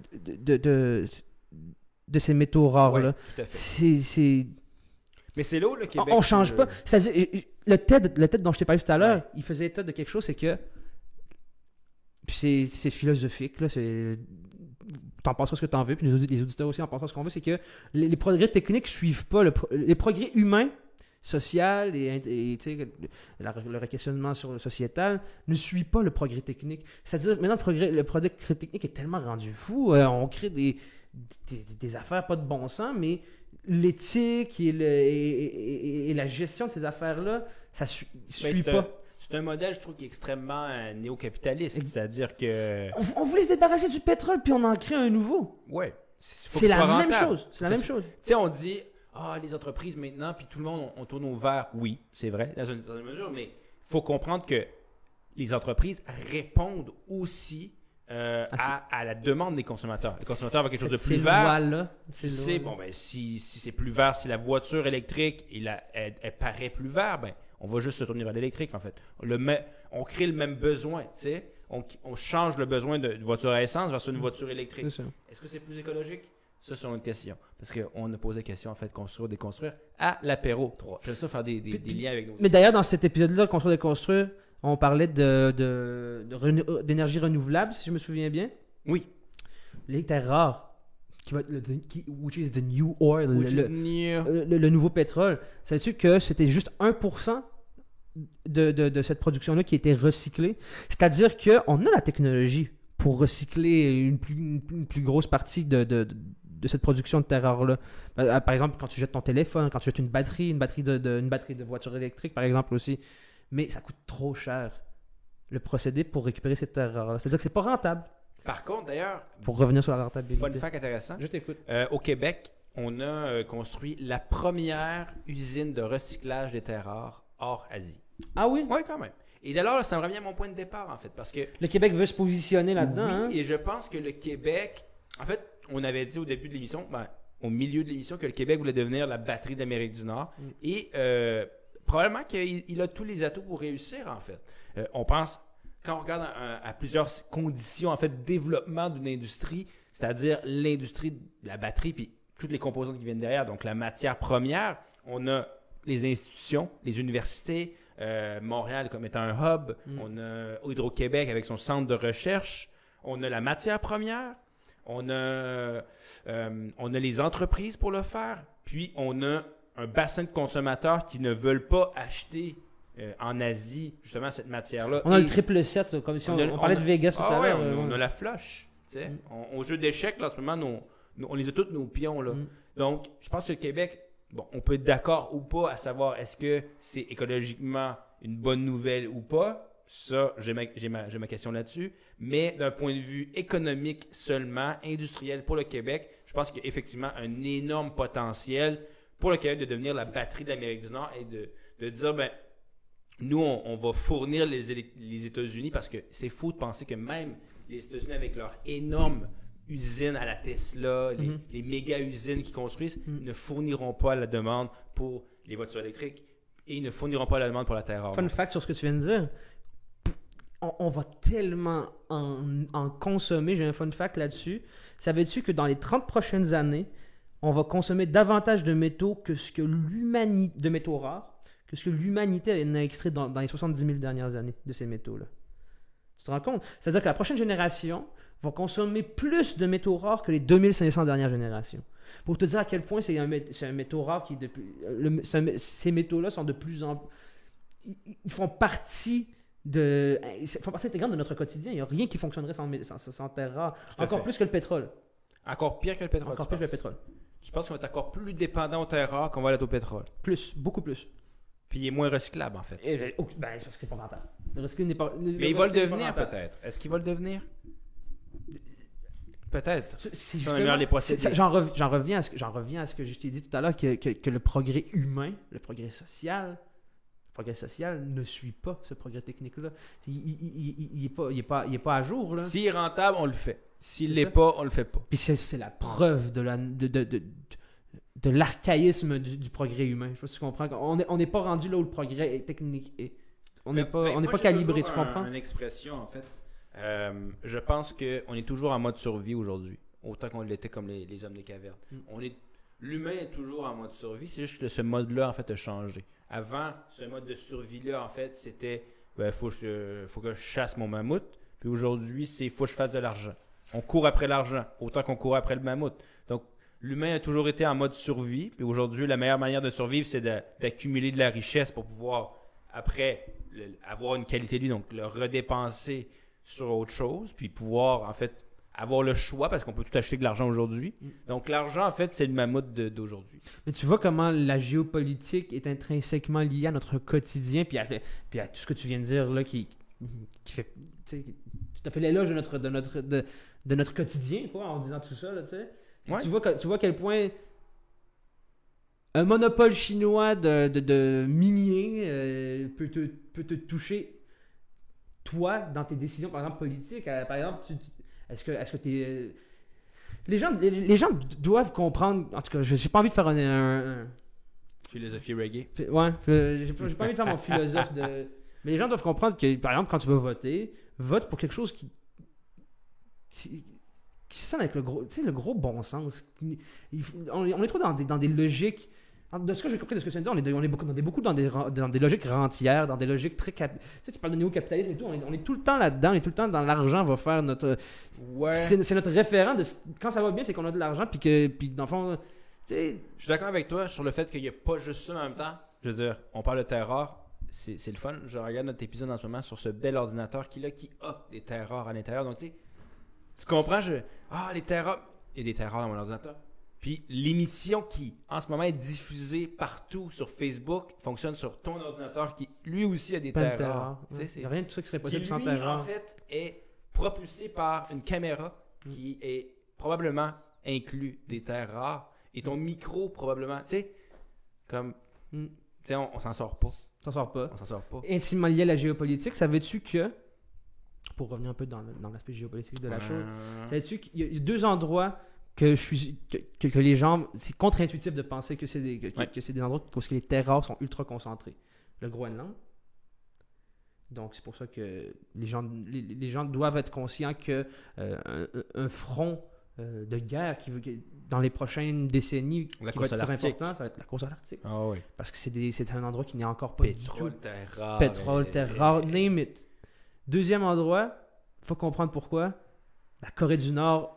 ces métaux rares-là. Tout à fait. Mais c'est là où le Québec... On ne change pas. C'est-à-dire, le TED dont je t'ai parlé tout à l'heure, il faisait état de quelque chose, c'est que... Puis c'est philosophique, là, t'en penseras ce que t'en veux, puis les auditeurs aussi en penseront ce qu'on veut, c'est que les progrès techniques suivent pas les progrès humains, social et le questionnement sur le sociétal ne suit pas le progrès technique. C'est-à-dire, maintenant, le progrès technique est tellement rendu fou, on crée des affaires pas de bon sens, mais l'éthique et la gestion de ces affaires-là, ça suit pas. C'est un modèle, je trouve, qui est extrêmement néo-capitaliste. C'est-à-dire que... On voulait se débarrasser du pétrole, puis on en crée un nouveau. Ouais. C'est la même chose. C'est la même chose. Tu sais, on dit... les entreprises maintenant, puis tout le monde, on tourne au vert. Oui, c'est vrai, dans une certaine mesure, mais il faut comprendre que les entreprises répondent aussi à la demande des consommateurs. Les consommateurs veulent quelque chose de plus vert. Tu sais, si c'est plus vert, si la voiture électrique, elle paraît plus vert, on va juste se tourner vers l'électrique, en fait. On crée le même besoin, tu sais. On change le besoin d'une voiture à essence vers une voiture électrique. Est-ce que c'est plus écologique? Ça, c'est une question. Parce qu'on a posé la question, en fait, construire ou déconstruire à l'apéro 3. J'aime ça faire des liens avec nous. Mais d'ailleurs, dans cet épisode-là, construire ou déconstruire, on parlait d'énergie renouvelable, si je me souviens bien. Oui. Les terres rares, which is the new oil, le nouveau pétrole. Savais-tu que c'était juste 1% de cette production-là qui était recyclée? C'est-à-dire qu'on a la technologie pour recycler une plus grosse partie de cette production de terres rares-là. Par exemple, quand tu jettes ton téléphone, quand tu jettes une batterie de voiture électrique, par exemple aussi. Mais ça coûte trop cher, le procédé pour récupérer ces terres rares-là. C'est-à-dire que c'est pas rentable. Par contre, d'ailleurs, Pour revenir sur la rentabilité. fun fact intéressant, Je t'écoute. au Québec, on a construit la première usine de recyclage des terres rares hors Asie. Ah oui? Oui, quand même. Et d'ailleurs, ça me revient à mon point de départ, en fait, parce que... Le Québec veut se positionner là-dedans. Oui, hein? et je pense que le Québec... En fait, on avait dit au début de l'émission, au milieu de l'émission, que le Québec voulait devenir la batterie d'Amérique du Nord. Et probablement qu'il a tous les atouts pour réussir, en fait. On pense, quand on regarde à plusieurs conditions, en fait, de développement d'une industrie, c'est-à-dire l'industrie de la batterie, puis toutes les composantes qui viennent derrière, donc la matière première, on a les institutions, les universités, Montréal comme étant un hub, on a Hydro-Québec avec son centre de recherche, on a la matière première, on a les entreprises pour le faire, puis on a un bassin de consommateurs qui ne veulent pas acheter en Asie justement cette matière-là. On a le triple 7, comme si on parlait de Vegas tout à l'heure. On a la flush. On joue d'échecs, là, en ce moment, on les a tous nos pions. Là. Donc, je pense que le Québec, bon, on peut être d'accord ou pas à savoir est-ce que c'est écologiquement une bonne nouvelle ou pas. Ça, j'ai ma question là-dessus. Mais d'un point de vue économique seulement, industriel pour le Québec, je pense qu'il y a effectivement un énorme potentiel pour le Québec de devenir la batterie de l'Amérique du Nord et de dire, ben, nous, on va fournir les États-Unis parce que c'est fou de penser que même les États-Unis, avec leur énorme usine à la Tesla, les méga-usines qu'ils construisent, ne fourniront pas la demande pour les voitures électriques et ils ne fourniront pas la demande pour la terre rare. Fun fact sur ce que tu viens de dire. On va tellement en consommer. J'ai un fun fact là-dessus. Savais-tu que dans les 30 prochaines années, on va consommer davantage de métaux que ce que l'humanité, de métaux rares, que ce que l'humanité en a extrait dans les 70 000 dernières années de ces métaux-là. Tu te rends compte? C'est-à-dire que la prochaine génération va consommer plus de métaux rares que les 2500 dernières générations. Pour te dire à quel point c'est un métaux rare qui, ces métaux-là sont de plus en plus... Ils font partie intégrante de notre quotidien. Il n'y a rien qui fonctionnerait sans terres rares. Encore plus que le pétrole. Encore pire que le pétrole. Encore plus que le pétrole. Tu penses qu'on va être encore plus dépendant aux terres rares qu'on va être au pétrole? Plus, beaucoup plus. Puis il est moins recyclable, en fait. C'est parce que c'est pas rentable. Le recycling n'est pas... Mais il va le devenir, peut-être. Est-ce qu'il va le devenir? Peut-être. Si on améliore les procédés. J'en reviens à ce que je t'ai dit tout à l'heure, que le progrès humain, le progrès social ne suit pas ce progrès technique-là. Il est pas à jour. Là. S'il est rentable, on le fait. S'il l'est pas, on le fait pas. Puis c'est la preuve de l'archaïsme du progrès humain. Je sais pas si tu comprends. On n'est pas rendu là où le progrès technique est. On n'est pas calibré, tu comprends? Une expression, en fait. Je pense qu'on est toujours en mode survie aujourd'hui. Autant qu'on l'était comme les hommes des cavernes. L'humain est toujours en mode survie. C'est juste que ce mode-là, en fait, a changé. Avant, ce mode de survie-là, en fait, c'était faut que je chasse mon mammouth. Puis aujourd'hui, c'est faut que je fasse de l'argent. On court après l'argent, autant qu'on court après le mammouth. Donc, l'humain a toujours été en mode survie. Puis aujourd'hui, la meilleure manière de survivre, c'est d'accumuler de la richesse pour pouvoir, après, avoir une qualité de vie. Donc, le redépenser sur autre chose. Puis pouvoir, en fait, avoir le choix parce qu'on peut tout acheter avec l'argent aujourd'hui. Donc, l'argent, en fait, c'est le mammouth d'aujourd'hui. Mais tu vois comment la géopolitique est intrinsèquement liée à notre quotidien puis à tout ce que tu viens de dire là qui fait tout à fait l'éloge de notre quotidien quoi, en disant tout ça. Là, ouais. Tu vois à quel point un monopole chinois de minier peut te toucher, toi, dans tes décisions, par exemple, politiques. Par exemple, est-ce que tu les gens doivent comprendre. En tout cas, j'ai pas envie de faire un philosophie reggae. Ouais, j'ai pas envie de faire mon philosophe de. Mais les gens doivent comprendre que, par exemple, quand tu vas voter, vote pour quelque chose qui sonne avec le gros bon sens. On est trop dans des logiques De ce que j'ai compris de ce que tu viens de dire, on est beaucoup dans des logiques rentières, dans des logiques très... Tu sais, tu parles de néo-capitalisme et tout, on est tout le temps là-dedans, on est tout le temps dans l'argent, va faire notre... Ouais. C'est notre référent de... Quand ça va bien, c'est qu'on a de l'argent, puis dans le fond, tu sais... Je suis d'accord avec toi sur le fait qu'il n'y a pas juste ça en même temps. Je veux dire, on parle de terres rares, c'est le fun. Je regarde notre épisode en ce moment sur ce bel ordinateur qui a des terres rares à l'intérieur. Donc, tu comprends, les terres rares... Il y a des terres rares dans mon ordinateur. Puis l'émission qui, en ce moment, est diffusée partout sur Facebook, fonctionne sur ton ordinateur qui, lui aussi, a des terres rares. Il n'y a rien de tout ça qui serait possible sans lui, terres rares. en fait, est propulsé par une caméra qui est probablement inclus des terres rares. Et ton micro, probablement, tu sais, comme... Tu sais, on s'en sort pas. Ça sort pas. On s'en sort pas. Intimement lié à la géopolitique, savais-tu que, pour revenir un peu dans l'aspect géopolitique de la chose, savais-tu qu'il y a 2 endroits que les gens, c'est contre-intuitif de penser que c'est des endroits où les terres rares sont ultra concentrées. Le Groenland. Donc c'est pour ça que les gens doivent être conscients que un front de guerre dans les prochaines décennies qui va être très important, ça va être la course à l'Arctique. Ah oui. Parce que c'est un endroit qui n'est encore pas du tout. Pétrole, terre rare, name it. Deuxième endroit, il faut comprendre pourquoi. La Corée du Nord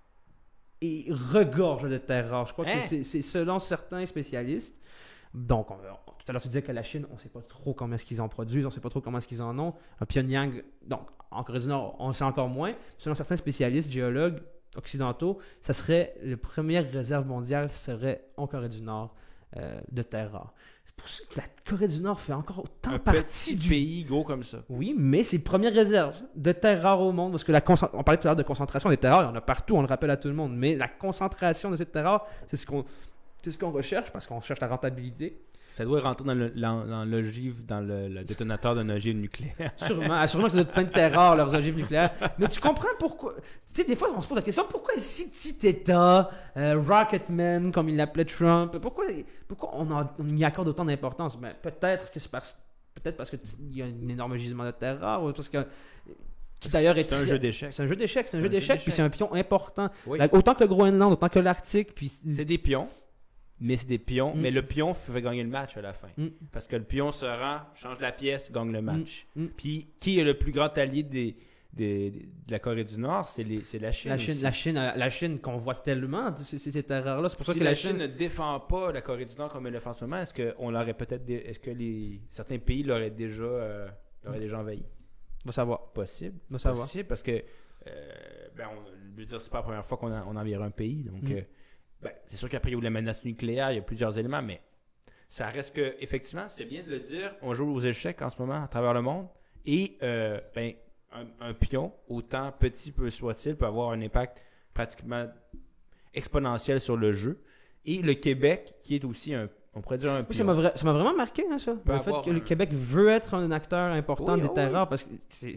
regorge de terres rares. Je crois que c'est selon certains spécialistes. Donc, tout à l'heure, tu disais que la Chine, on ne sait pas trop comment est-ce qu'ils en produisent, on ne sait pas trop comment est-ce qu'ils en ont. Pyongyang, donc, en Corée du Nord, on sait encore moins. Selon certains spécialistes, géologues occidentaux, ça serait la première réserve mondiale serait en Corée du Nord de terres rares. C'est pour ça que la Corée du Nord fait encore autant partie du pays gros comme ça. Oui, mais c'est la première réserve de terres rares au monde. Parce que on parlait tout à l'heure de concentration des terres rares, il y en a partout, on le rappelle à tout le monde. Mais la concentration de ces terres rares, c'est ce qu'on recherche parce qu'on cherche la rentabilité. Ça doit rentrer dans l'ogive, dans le détonateur d'un ogive nucléaire. Sûrement que ça doit être plein de terres rares, leurs ogives nucléaires. Mais tu comprends pourquoi. Tu sais, des fois, on se pose la question pourquoi si petit État, Rocketman, comme il l'appelait Trump, pourquoi on y accorde autant d'importance? Ben, peut-être parce qu'il y a un énorme gisement de terres rares, ou parce que. Qui d'ailleurs c'est un jeu d'échecs. C'est un jeu d'échecs, puis c'est un pion important. Oui. Autant que le Groenland, autant que l'Arctique. Puis... C'est des pions. Mais c'est des pions. Mais le pion fait gagner le match à la fin. Parce que le pion se rend, change la pièce, gagne le match. Puis qui est le plus grand allié de la Corée du Nord? C'est la Chine. La Chine qu'on voit tellement, ces terreurs-là. C'est pour ça que que la Chine ne défend pas la Corée du Nord comme elle le fait en ce moment, est-ce que certains pays l'auraient déjà envahi? Va savoir. Possible. Va savoir. Possible parce que je veux dire, c'est pas la première fois qu'on envahit un pays. Donc c'est sûr qu'après il y a eu la menace nucléaire, il y a plusieurs éléments, mais ça reste que, effectivement, c'est bien de le dire, on joue aux échecs en ce moment à travers le monde, et un pion, autant petit soit-il, peut avoir un impact pratiquement exponentiel sur le jeu. Et le Québec, qui est aussi on pourrait dire un pion. Oui, ça m'a vraiment marqué, hein, ça. Le fait que le Québec veut être un acteur important des terres rares, parce que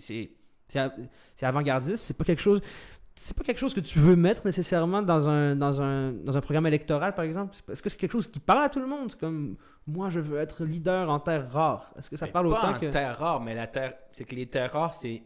c'est avant-gardiste, c'est pas quelque chose que tu veux mettre nécessairement dans un programme électoral, par exemple. Est-ce que c'est quelque chose qui parle à tout le monde? C'est comme, moi, je veux être leader en terres rares. Est-ce que ça parle autant que... Pas en terres rares, mais c'est que les terres rares, c'est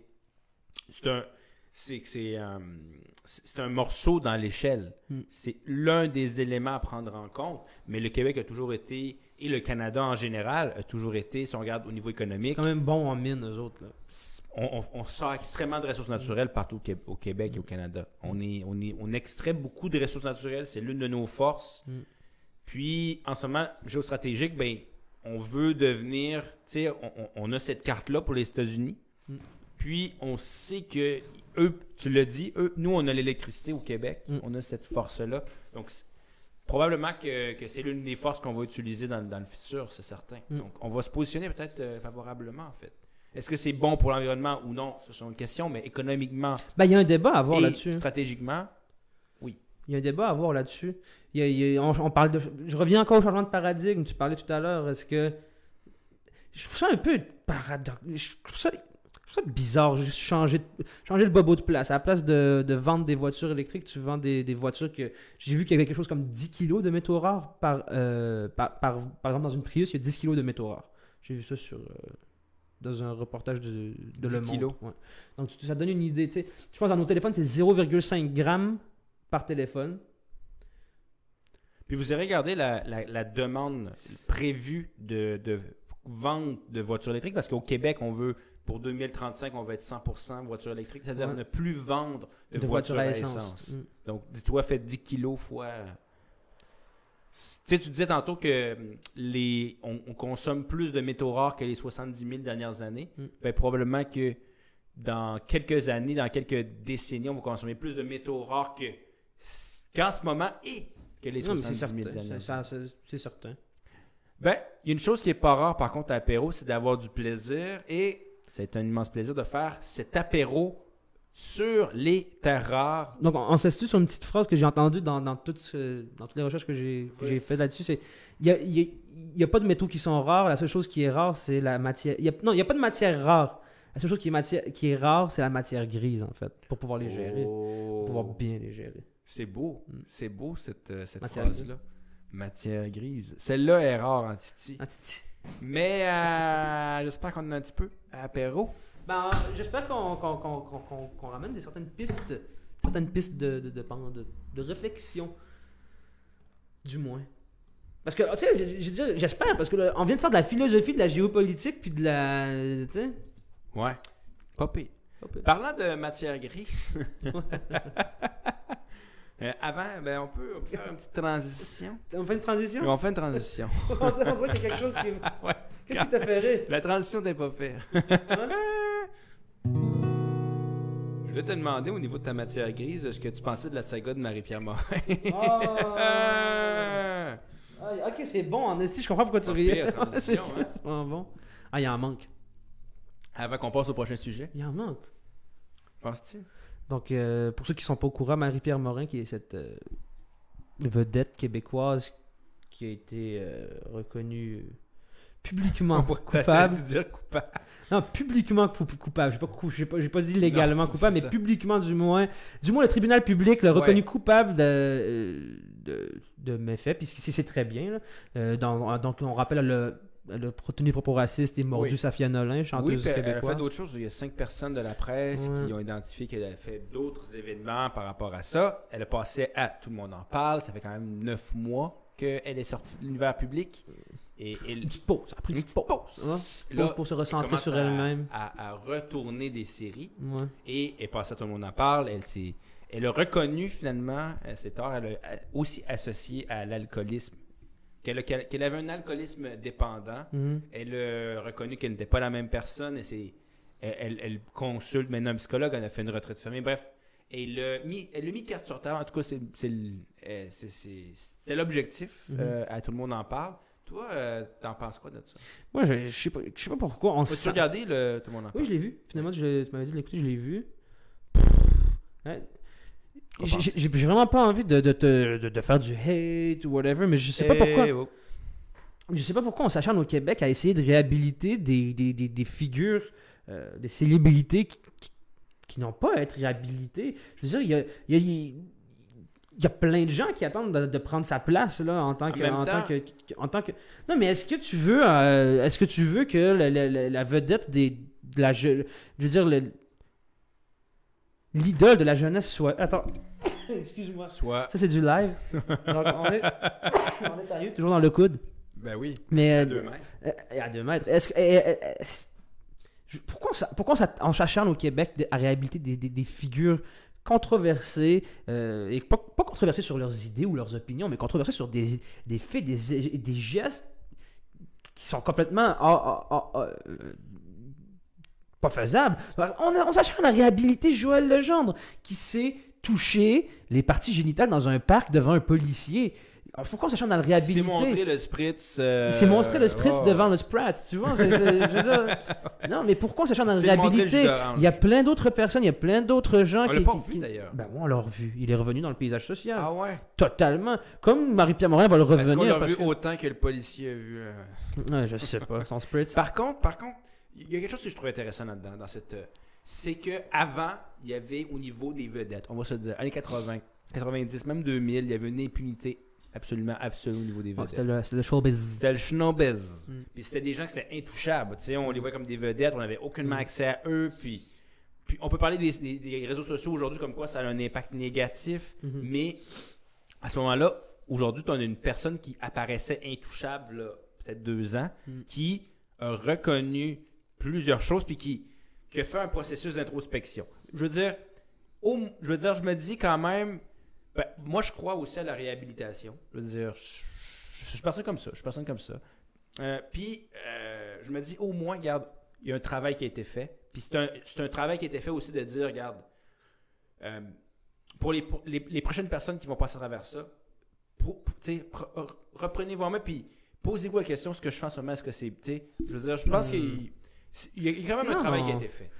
un morceau dans l'échelle. C'est l'un des éléments à prendre en compte. Mais le Québec a toujours été, et le Canada en général, a toujours été, si on regarde au niveau économique... quand même bon en mine, eux autres, là. On sort extrêmement de ressources naturelles partout au Québec et au Canada. On extrait beaucoup de ressources naturelles. C'est l'une de nos forces. Puis, en ce moment, géostratégique, on veut devenir... Tu sais, on a cette carte-là pour les États-Unis. Puis, on sait que eux, tu l'as dit, nous, on a l'électricité au Québec. On a cette force-là. Donc, probablement que c'est l'une des forces qu'on va utiliser dans le futur, c'est certain. Donc, on va se positionner peut-être favorablement, en fait. Est-ce que c'est bon pour l'environnement ou non? Ce sont une question, mais économiquement... il y a un débat à avoir là-dessus. Stratégiquement, oui. Il y a un débat à avoir là-dessus. On parle de... Je reviens encore au changement de paradigme. Tu parlais tout à l'heure. Est-ce que... Je trouve ça un peu paradoxe. Je trouve ça bizarre. Juste changer le bobo de place. À la place de vendre des voitures électriques, tu vends des voitures que... J'ai vu qu'il y avait quelque chose comme 10 kilos de métaux rares par exemple, dans une Prius, il y a 10 kilos de métaux rares. J'ai vu ça dans un reportage de Le Monde. Kilos. Ouais. Donc, ça donne une idée. Tu sais, je pense que dans nos téléphones, c'est 0,5 grammes par téléphone. Puis vous avez regardé la demande prévue de vente de voitures électriques, parce qu'au Québec, pour 2035, on va être 100% voitures électriques, c'est-à-dire ne plus vendre de voitures à essence. Donc, dis-toi, faites 10 kilos fois... Tu sais, tu disais tantôt que on consomme plus de métaux rares que les 70 000 dernières années. Ben, probablement que dans quelques années, dans quelques décennies, on va consommer plus de métaux rares qu'en ce moment et que les 70 000 dernières années. C'est certain. Ben, il y a une chose qui n'est pas rare, par contre, à l'apéro, c'est d'avoir du plaisir. Et c'est un immense plaisir de faire cet apéro sur les terres rares. Donc, on s'assiste sur une petite phrase que j'ai entendue dans toutes les recherches que j'ai faites là-dessus. C'est il y a pas de métaux qui sont rares. La seule chose qui est rare, c'est la matière. Il n'y a pas de matière rare. La seule chose qui est rare, c'est la matière grise, en fait, pour pouvoir les gérer. Pour pouvoir bien les gérer. C'est beau. C'est beau, cette Matière phrase-là. Matière grise. Celle-là est rare en Titi. Mais j'espère qu'on en a un petit peu à apéro. Ben, j'espère qu'on ramène certaines pistes de réflexion, du moins. Parce que, tu sais, j'espère, parce que là, on vient de faire de la philosophie, de la géopolitique, puis de la, tu sais. Ouais. Pas pire. Parlant de matière grise, avant, ben, on peut faire une petite transition. On fait une transition? On fait une transition. On dirait qu'il y a quelque chose qui... Ouais. Qu'est-ce qui t'a fait rire? La transition n'est pas faite. Je voulais te demander au niveau de ta matière grise ce que tu pensais de la saga de Marie-Pierre Morin. Ok, c'est bon. En esti, je comprends pourquoi tu riais. C'est vraiment bon. Ah, il en manque. Avant qu'on passe au prochain sujet. Il en manque. Penses-tu? Donc, pour ceux qui ne sont pas au courant, Marie-Pierre Morin, qui est cette vedette québécoise qui a été reconnue publiquement coupable. Tu dire coupable? Non, publiquement coupable. J'ai pas dit légalement coupable, mais publiquement du moins le tribunal public l'a reconnu coupable de méfaits, puisque c'est très bien. Là. Donc, on rappelle le tenu de propos raciste et mordu Safia Nolin, chanteuse québécoise. Elle a fait d'autres choses. Il y a 5 personnes de la presse qui ont identifié qu'elle a fait d'autres événements par rapport à ça. Elle a passé à Tout le monde en parle. Ça fait quand même 9 mois qu'elle est sortie de l'univers public. Et une petite pause. Ça a pris une petite pause. Pause pour se recentrer sur elle-même. À retourner des séries. Ouais. Et elle est passée à Tout le monde en parle. Elle a reconnu finalement, c'est tard, elle a aussi associé à l'alcoolisme. Qu'elle avait un alcoolisme dépendant. Mm-hmm. Elle a reconnu qu'elle n'était pas la même personne. Elle consulte maintenant un psychologue. Elle a fait une retraite fermée. Bref, elle a mis carte sur table. En tout cas, c'est l'objectif. À Tout le monde en parle. Toi, t'en penses quoi de ça? Moi, je sais pas pourquoi. Tu regardé Tout le monde en parle? Oui, je l'ai vu. Finalement, tu m'avais dit de l'écouter, je l'ai vu. Ouais. J'ai vraiment pas envie de faire du hate ou whatever, mais je sais pas pourquoi. Je sais pas pourquoi on s'acharne au Québec à essayer de réhabiliter des figures, des célébrités qui n'ont pas à être réhabilitées. Je veux dire, il y a plein de gens qui attendent de prendre sa place là en tant que. Non, mais est-ce que tu veux que la vedette je veux dire l'idole de la jeunesse soit... Attends. Excuse-moi. Ça, c'est du live. Donc, on est sérieux, toujours dans le coude. Ben oui. Mais, à 2 mètres. À 2 mètres. Pourquoi on s'acharne au Québec à réhabiliter des figures controversées, et pas controversées sur leurs idées ou leurs opinions, mais controversées sur des faits, des gestes qui sont complètement... pas faisable. On s'acharne à réhabiliter Joël Legendre qui s'est touché les parties génitales dans un parc devant un policier. Pourquoi on s'acharne à le réhabiliter? Il s'est montré le spritz. Il s'est montré le spritz devant le Sprat, tu vois. Non, mais pourquoi on s'acharne à le réhabiliter? Il y a plein d'autres personnes, il y a plein d'autres gens on l'a pas revu d'ailleurs. Ben moi, on l'a revu. Il est revenu dans le paysage social. Ah ouais? Totalement. Comme Marie-Pierre Morin va le revenir. Est-ce qu'on l'a vu autant que le policier a vu? Ouais, je sais pas, son spritz. Par contre, il y a quelque chose que je trouve intéressant là-dedans, dans cette... c'est qu'avant, il y avait au niveau des vedettes, on va se dire, années 80, 90, même 2000, il y avait une impunité absolument absolue au niveau des vedettes. C'était le showbiz. C'était le showbiz. Puis c'était des gens qui étaient intouchables. Tu sais, on les voit comme des vedettes, on n'avait aucunement accès à eux. Puis on peut parler des réseaux sociaux aujourd'hui comme quoi ça a un impact négatif. Mais à ce moment-là, aujourd'hui, tu as une personne qui apparaissait intouchable, là, peut-être 2 ans, qui a reconnu plusieurs choses, puis qui a fait un processus d'introspection. Je veux dire, je me dis quand même, moi, je crois aussi à la réhabilitation. Je veux dire, je suis personne comme ça. Puis, je me dis, au moins, regarde, il y a un travail qui a été fait. Puis, c'est un travail qui a été fait aussi de dire, regarde, pour les prochaines personnes qui vont passer à travers ça, reprenez-vous en main, puis posez-vous la question, ce que je fais en ce moment, est-ce que c'est... Je veux dire, je pense qu'il y a quand même un travail qui a été fait.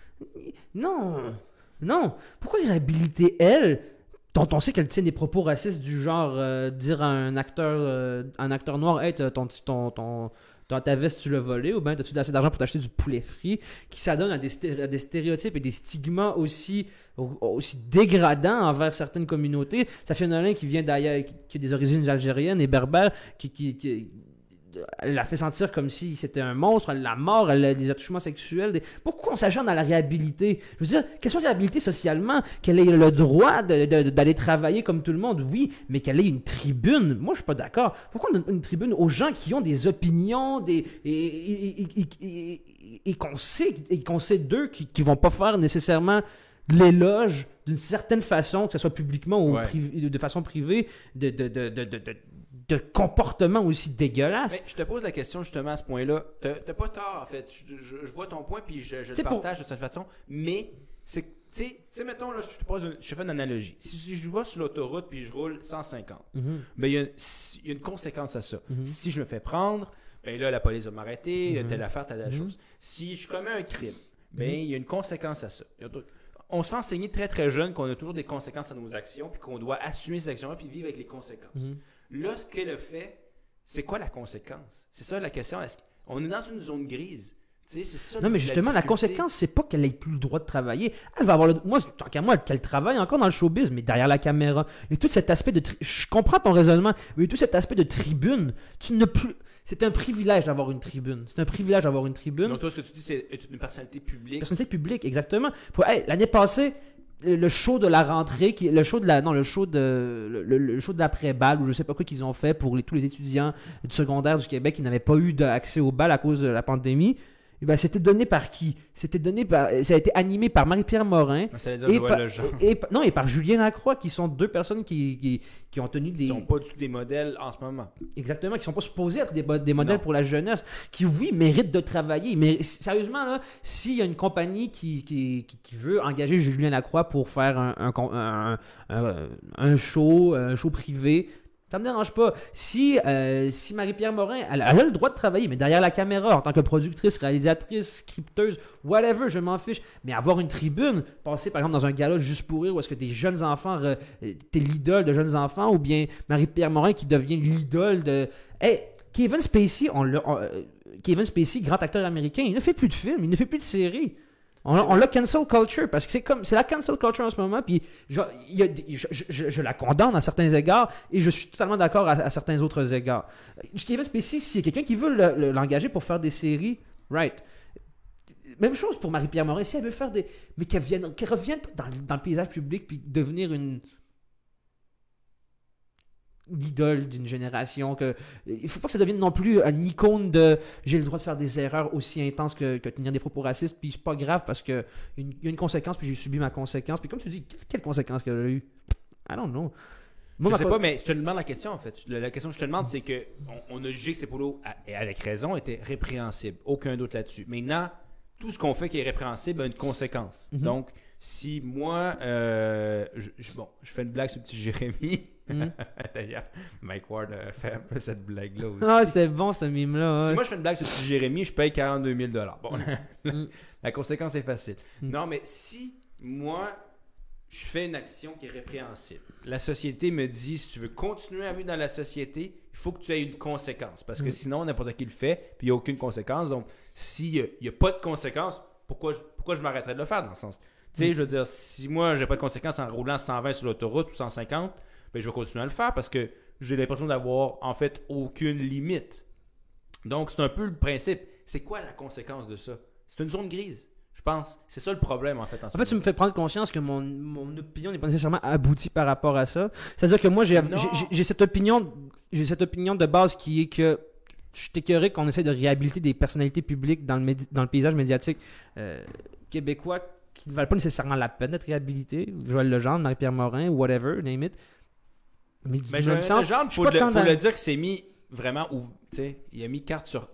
Non. Pourquoi réhabiliter elle? On sait qu'elle tient des propos racistes du genre dire à un acteur noir, hey, ta veste, tu l'as volé, ou bien as-tu assez d'argent pour t'acheter du poulet frit, qui s'adonne à des stéréotypes et des stigmas aussi dégradants envers certaines communautés. Ça fait un qui vient d'ailleurs, qui a des origines algériennes et berbères, qui elle l'a fait sentir comme si c'était un monstre, elle l'a mort, elle a des attouchements sexuels. Pourquoi on s'acharne à la réhabiliter? Je veux dire, qu'elle soit réhabilitée socialement, qu'elle ait le droit d'aller travailler comme tout le monde, oui, mais qu'elle ait une tribune. Moi, je suis pas d'accord. Pourquoi on donne une tribune aux gens qui ont des opinions et qu'on sait d'eux qui vont pas faire nécessairement l'éloge d'une certaine façon, que ce soit publiquement ou de façon privée, de comportements aussi dégueulasses. Mais je te pose la question justement à ce point-là. T'as pas tort, en fait. Je vois ton point puis je le partage de cette façon. Mais, tu sais, mettons, là, je fais une analogie. Si je vais sur l'autoroute puis je roule 150, ben, il y a une conséquence à ça. Si je me fais prendre, ben là, la police va m'arrêter, telle affaire, telle chose. Si je commets un crime, ben, il y a une conséquence à ça. On se fait enseigner très très jeune qu'on a toujours des conséquences à nos actions puis qu'on doit assumer ces actions-là puis vivre avec les conséquences. Là, ce qu'elle a fait, c'est quoi la conséquence? C'est ça la question. On est dans une zone grise. C'est ça. Non, mais justement, la conséquence, c'est pas qu'elle ait plus le droit de travailler. Elle va avoir moi, tant qu'à moi, qu'elle travaille encore dans le showbiz, mais derrière la caméra. Et tout cet aspect je comprends ton raisonnement, mais tout cet aspect de tribune, c'est un privilège d'avoir une tribune. Donc, toi, ce que tu dis, c'est une personnalité publique. Personnalité publique, exactement. L'année passée, le show de la rentrée, le show d'après-balle, ou je sais pas quoi qu'ils ont fait pour tous les étudiants du secondaire du Québec qui n'avaient pas eu accès au bal à cause de la pandémie. Et ben, c'était donné par qui? Ça a été animé par Marie-Pierre Morin et par Julien Lacroix, qui sont deux personnes qui ont tenu des... Ils sont pas du tout des modèles en ce moment. Exactement, qui sont pas supposés être des modèles pour la jeunesse, qui, oui, méritent de travailler. Mais sérieusement, là, s'il y a une compagnie qui veut engager Julien Lacroix pour faire un show privé... Ça me dérange pas. Si Marie-Pierre Morin, elle a le droit de travailler, mais derrière la caméra, en tant que productrice, réalisatrice, scripteuse, whatever, je m'en fiche. Mais avoir une tribune, passer par exemple dans un gala juste pour rire, où est-ce que des jeunes enfants, t'es l'idole de jeunes enfants, ou bien Marie-Pierre Morin qui devient l'idole de... Hey, Kevin Spacey, grand acteur américain, il ne fait plus de films, il ne fait plus de séries. On l'a cancel culture parce que c'est la cancel culture en ce moment, puis je la condamne à certains égards et je suis totalement d'accord à certains autres égards. Kevin Spacey, s'il y a quelqu'un qui veut l'engager pour faire des séries, right. Même chose pour Marie-Pierre Morin, si elle veut faire des... Mais qu'elle revienne dans le paysage public puis devenir l'idole d'une génération, il faut pas que ça devienne non plus une icône de j'ai le droit de faire des erreurs aussi intenses que tenir des propos racistes, puis c'est pas grave parce que il y a une conséquence, puis j'ai subi ma conséquence, puis comme tu dis, quelle conséquence qu'elle a eu? I don't know. Moi, je sais pas, mais je te demande la question en fait. La question que je te demande, c'est que on a jugé que ces polos, et avec raison, étaient répréhensibles. Aucun doute là-dessus. Maintenant, tout ce qu'on fait qui est répréhensible a une conséquence. Donc, si moi, je fais une blague sur le petit Jérémy. D'ailleurs, Mike Ward a fait un peu cette blague-là aussi. Ah, c'était bon ce mime-là. Ouais. Si moi je fais une blague sur le petit Jérémy, je paye 42 000 $. Bon, la conséquence est facile. Non, mais si moi, je fais une action qui est répréhensible, la société me dit, si tu veux continuer à vivre dans la société, il faut que tu aies une conséquence. Parce que sinon, n'importe qui le fait, puis il n'y a aucune conséquence. Donc, s'il n'y a pas de conséquence, pourquoi je m'arrêterais de le faire dans ce sens? Tu sais, je veux dire, si moi, j'ai pas de conséquence en roulant 120 sur l'autoroute ou 150, ben, je vais continuer à le faire parce que j'ai l'impression d'avoir, en fait, aucune limite. Donc, c'est un peu le principe. C'est quoi la conséquence de ça? C'est une zone grise. Je pense. C'est ça le problème, en fait. En fait, tu me fais prendre conscience que mon opinion n'est pas nécessairement aboutie par rapport à ça. C'est-à-dire que moi, j'ai cette opinion de base qui est que je suis écœuré qu'on essaie de réhabiliter des personnalités publiques dans le paysage médiatique québécois qui ne valent pas nécessairement la peine d'être réhabilités. Joël Legendre, Marie-Pierre Morin, whatever, name it. Mais Joël Legendre, faut le dire que c'est mis vraiment... Tu sais, il a mis carte sur...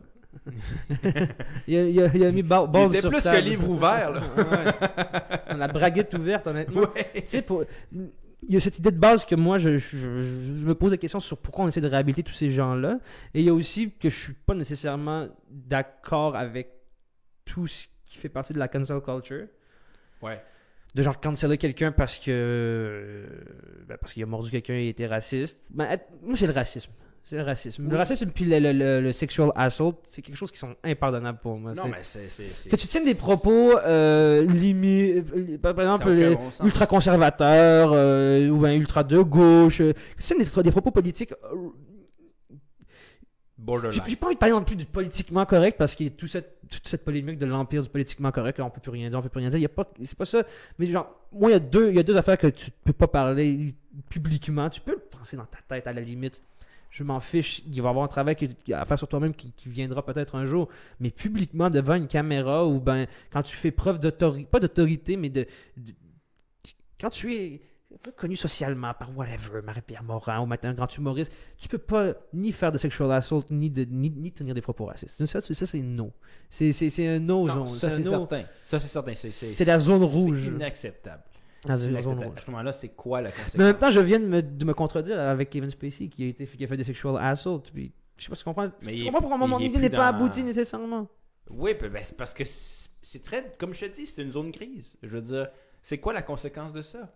il a mis balles il était sur plus table. que livre ouvert, là. Ouais. La braguette ouverte, honnêtement. Ouais. Tu sais, il y a cette idée de base que moi, je me pose la question sur pourquoi on essaie de réhabiliter tous ces gens-là. Et il y a aussi que je suis pas nécessairement d'accord avec tout ce qui fait partie de la cancel culture. Ouais. De genre canceller quelqu'un parce qu'il a mordu quelqu'un et était raciste. Moi, c'est le racisme. C'est le racisme. Le racisme puis le sexual assault, c'est quelque chose qui sont impardonnables pour moi. Non, mais c'est... Que tu tiennes des propos limites, par exemple, ultra-conservateurs ou bien ultra de gauche, que tu tiennes des propos politiques... borderline. J'ai pas envie de parler non plus du politiquement correct parce qu'il y a toute cette polémique de l'empire du politiquement correct, là, on peut plus rien dire, c'est pas ça. Mais genre, moi, il y a deux affaires que tu peux pas parler publiquement. Tu peux le penser dans ta tête à la limite. Je m'en fiche, il va y avoir un travail à faire sur toi-même qui viendra peut-être un jour, mais publiquement devant une caméra ou ben quand tu fais preuve d'autorité, pas d'autorité, mais quand tu es reconnu socialement par whatever, Marie-Pierre Morin ou maintenant un grand humoriste, tu peux pas ni faire de sexual assault ni tenir des propos racistes. Ça c'est no. C'est un no zone. Ça c'est certain. Ça c'est certain. C'est la zone rouge. C'est inacceptable. À ce moment-là, c'est quoi la conséquence? Mais en même temps, je viens de me contredire avec Kevin Spacey qui a fait des sexual assault. Puis, je sais pas si tu comprends. Tu comprends pourquoi mon idée n'est pas aboutie nécessairement. Oui, ben, c'est parce que c'est très... Comme je te dis, c'est une zone grise. Je veux dire, c'est quoi la conséquence de ça?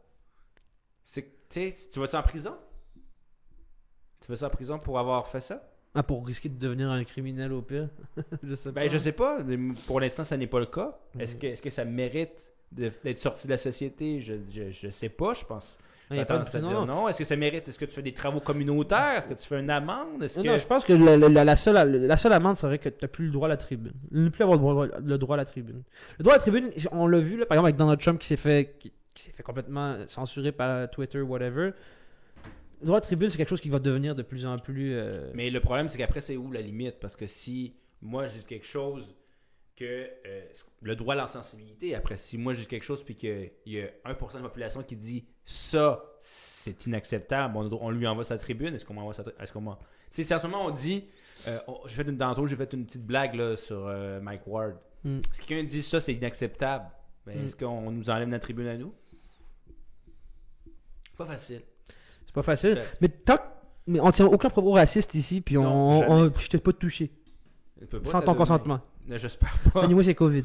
Tu vas-tu en prison? Tu vas-tu en prison pour avoir fait ça? Ah, pour risquer de devenir un criminel au pire? Je sais pas. Ben, je sais pas. Pour l'instant, ça n'est pas le cas. Est-ce que ça mérite d'être sorti de la société? Je sais pas, je pense. Il y a pas de dire non. Est-ce que ça mérite? Est-ce que tu fais des travaux communautaires? Est-ce que tu fais une amende? Non, je pense que la seule amende serait que tu n'as plus le droit à la tribune. Ne plus avoir le droit à la tribune. Le droit à la tribune, on l'a vu, là, par exemple, avec Donald Trump qui s'est fait complètement censurer par Twitter, whatever. Le droit à la tribune, c'est quelque chose qui va devenir de plus en plus... Mais le problème, c'est qu'après, c'est où la limite? Parce que si moi, j'ai quelque chose... que le droit à la sensibilité, après, si moi j'ai quelque chose puis qu'il y a 1% de la population qui dit ça, c'est inacceptable, on lui envoie sa tribune, est-ce qu'on envoie sa tribune? Tu sais, si en ce moment on dit, j'ai fait une petite blague là, sur Mike Ward. Si quelqu'un dit ça, c'est inacceptable, ben, est-ce qu'on nous enlève notre tribune à nous? C'est pas facile. C'est pas facile. Mais on tient aucun propos raciste ici, puis je t'ai pas touché. Sans ton consentement. J'espère pas. Au niveau, c'est COVID.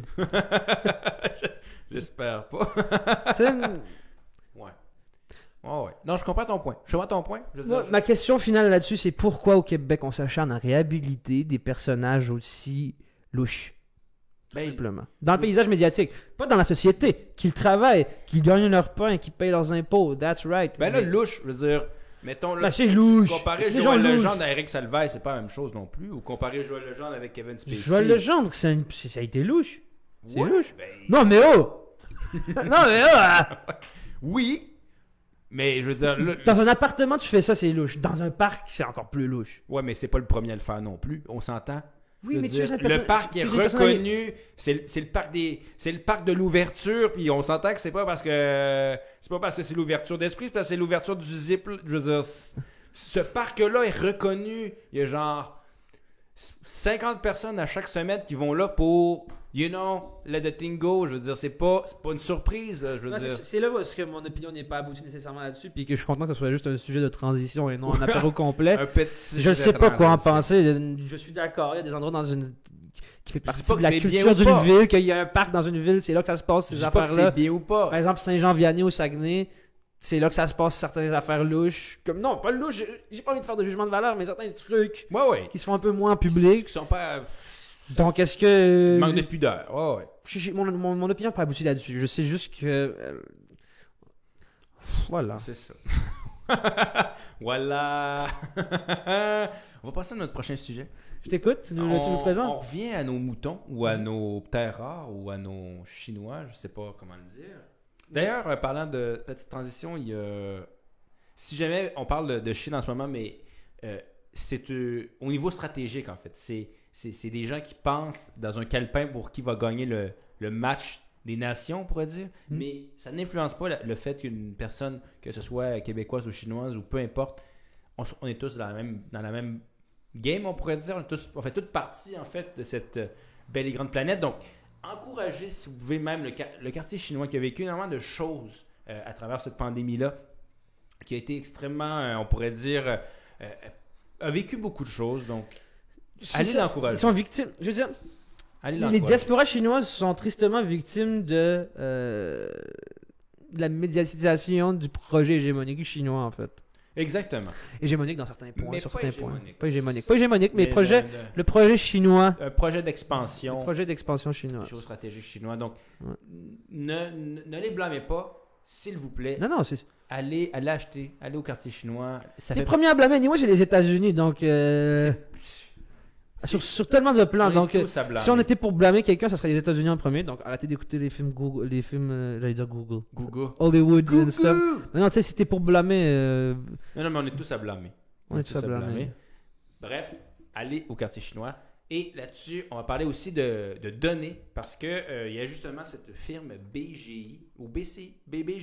J'espère pas. Ouais. Non, je comprends ton point. Ma question finale là-dessus, c'est pourquoi au Québec on s'acharne à réhabiliter des personnages aussi louches? Simplement. Dans le paysage médiatique. Pas dans la société. Qu'ils travaillent, qu'ils gagnent leur pain, qu'ils payent leurs impôts. That's right. Ben là, louche, je veux dire... Mettons là, c'est louche. Comparer Joël Legendre à Eric Salvaille, c'est pas la même chose non plus. Ou comparer Joël Legendre avec Kevin Spacey. Joël Legendre, ça a été louche. C'est louche. Ben... Non mais oh! Oui, mais je veux dire... Dans un appartement, tu fais ça, c'est louche. Dans un parc, c'est encore plus louche. Ouais, mais c'est pas le premier à le faire non plus. On s'entend? Oui, mais le parc est reconnu, c'est le parc de l'ouverture, puis on s'entend que c'est pas parce que c'est l'ouverture d'esprit, c'est parce que c'est l'ouverture du zip. Je veux dire, ce parc-là est reconnu. Il y a genre 50 personnes à chaque semaine qui vont là pour, let the thing go. Je veux dire, c'est pas une surprise. Là, je veux dire. C'est là où est-ce que mon opinion n'est pas aboutie nécessairement là-dessus, puis que je suis content que ce soit juste un sujet de transition et non un apéro complet. Je ne sais pas quoi en penser. Je suis d'accord. Il y a des endroits qui fait partie de la culture d'une ville, qu'il y a un parc dans une ville, c'est là que ça se passe, ces affaires-là. Pas que c'est bien ou pas. Par exemple, Saint-Jean-Vianney au Saguenay, c'est là que ça se passe certaines affaires louches. Non, pas louches, j'ai pas envie de faire de jugement de valeur, mais certains trucs qui se font un peu moins en public. Qui sont pas... Donc, est-ce que... Manque de pudeur. Mon opinion n'est pas aboutie là-dessus. Je sais juste que... Voilà. C'est ça. Voilà. On va passer à notre prochain sujet. Je t'écoute, tu nous On présentes? revient à nos moutons ou à nos terres rares ou à nos chinois, je sais pas comment le dire. D'ailleurs, parlant de petite transition, il y a... Si jamais on parle de Chine en ce moment, mais c'est au niveau stratégique en fait. C'est des gens qui pensent dans un calepin pour qui va gagner le match des nations, on pourrait dire. Mais ça n'influence pas le fait qu'une personne, que ce soit québécoise ou chinoise ou peu importe, on est tous dans la même game, on pourrait dire. On fait toute partie en fait de cette belle et grande planète. Donc, encouragez si vous pouvez même le quartier chinois qui a vécu énormément de choses à travers cette pandémie-là, qui a été extrêmement, on pourrait dire, a vécu beaucoup de choses. Donc, allez l'encourager. Ils sont victimes. Je veux dire, Allez les l'encourager. diasporas chinoises sont tristement victimes de la médiatisation du projet hégémonique chinois, en fait. Exactement. Hégémonique dans certains points. Mais sur pas certains hégémonique. points. Pas hégémonique. Pas hégémonique, mais le projet chinois. Un projet d'expansion. Le projet d'expansion chinoise. Géostratégique chinois. Donc, Ouais. ne les blâmez pas, s'il vous plaît. Non, non, c'est. Allez acheter, allez au quartier chinois. Ça Les fait premiers à blâmer, moi, c'est les États-Unis, donc. Sur tellement de plans. Donc, si on était pour blâmer quelqu'un, ça serait les États-Unis en premier. Donc, arrêtez d'écouter les films Google, j'allais dire Google. Hollywood and stuff. Mais non, tu sais, si t'es pour blâmer. Non, mais on est tous à blâmer. On est tous à blâmer. Bref, allez au quartier chinois. Et là-dessus, on va parler aussi de données parce que il y a justement cette firme BGI ou BGI,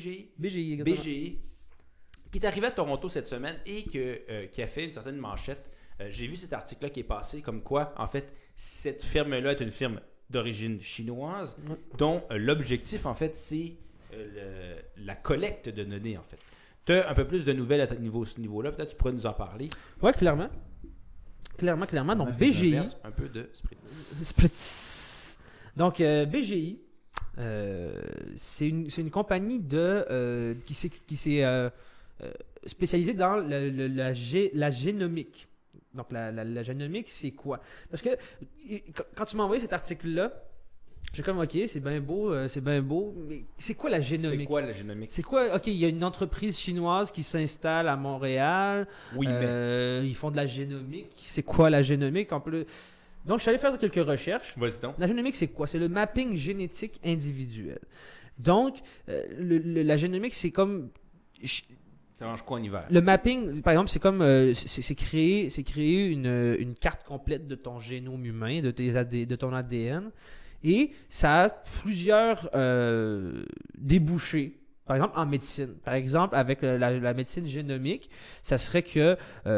BGI qui est arrivée à Toronto cette semaine et qui a fait une certaine manchette. J'ai vu cet article-là qui est passé comme quoi, en fait, cette firme-là est une firme d'origine chinoise dont l'objectif, en fait, c'est la collecte de données, en fait. Tu as un peu plus de nouvelles à ce niveau-là. Peut-être tu pourrais nous en parler. Ouais, clairement. Clairement. Donc, BGI. Un peu de Spritz. Donc, BGI, c'est une compagnie qui s'est spécialisée dans la génomique. Donc, la génomique, c'est quoi? Parce que quand tu m'as envoyé cet article-là, j'ai comme, OK, c'est bien beau, mais c'est quoi la génomique? C'est quoi la génomique? C'est quoi? OK, il y a une entreprise chinoise qui s'installe à Montréal. Oui, mais... Ils font de la génomique. C'est quoi la génomique? Donc, je suis allé faire quelques recherches. Vas-y donc. La génomique, c'est quoi? C'est le mapping génétique individuel. Donc, la génomique, c'est comme... Ça mange quoi en hiver? Le mapping, par exemple, c'est comme c'est créer une carte complète de ton génome humain, de ton ADN, et ça a plusieurs débouchés. Par exemple, en médecine. Par exemple, avec la médecine génomique, ça serait que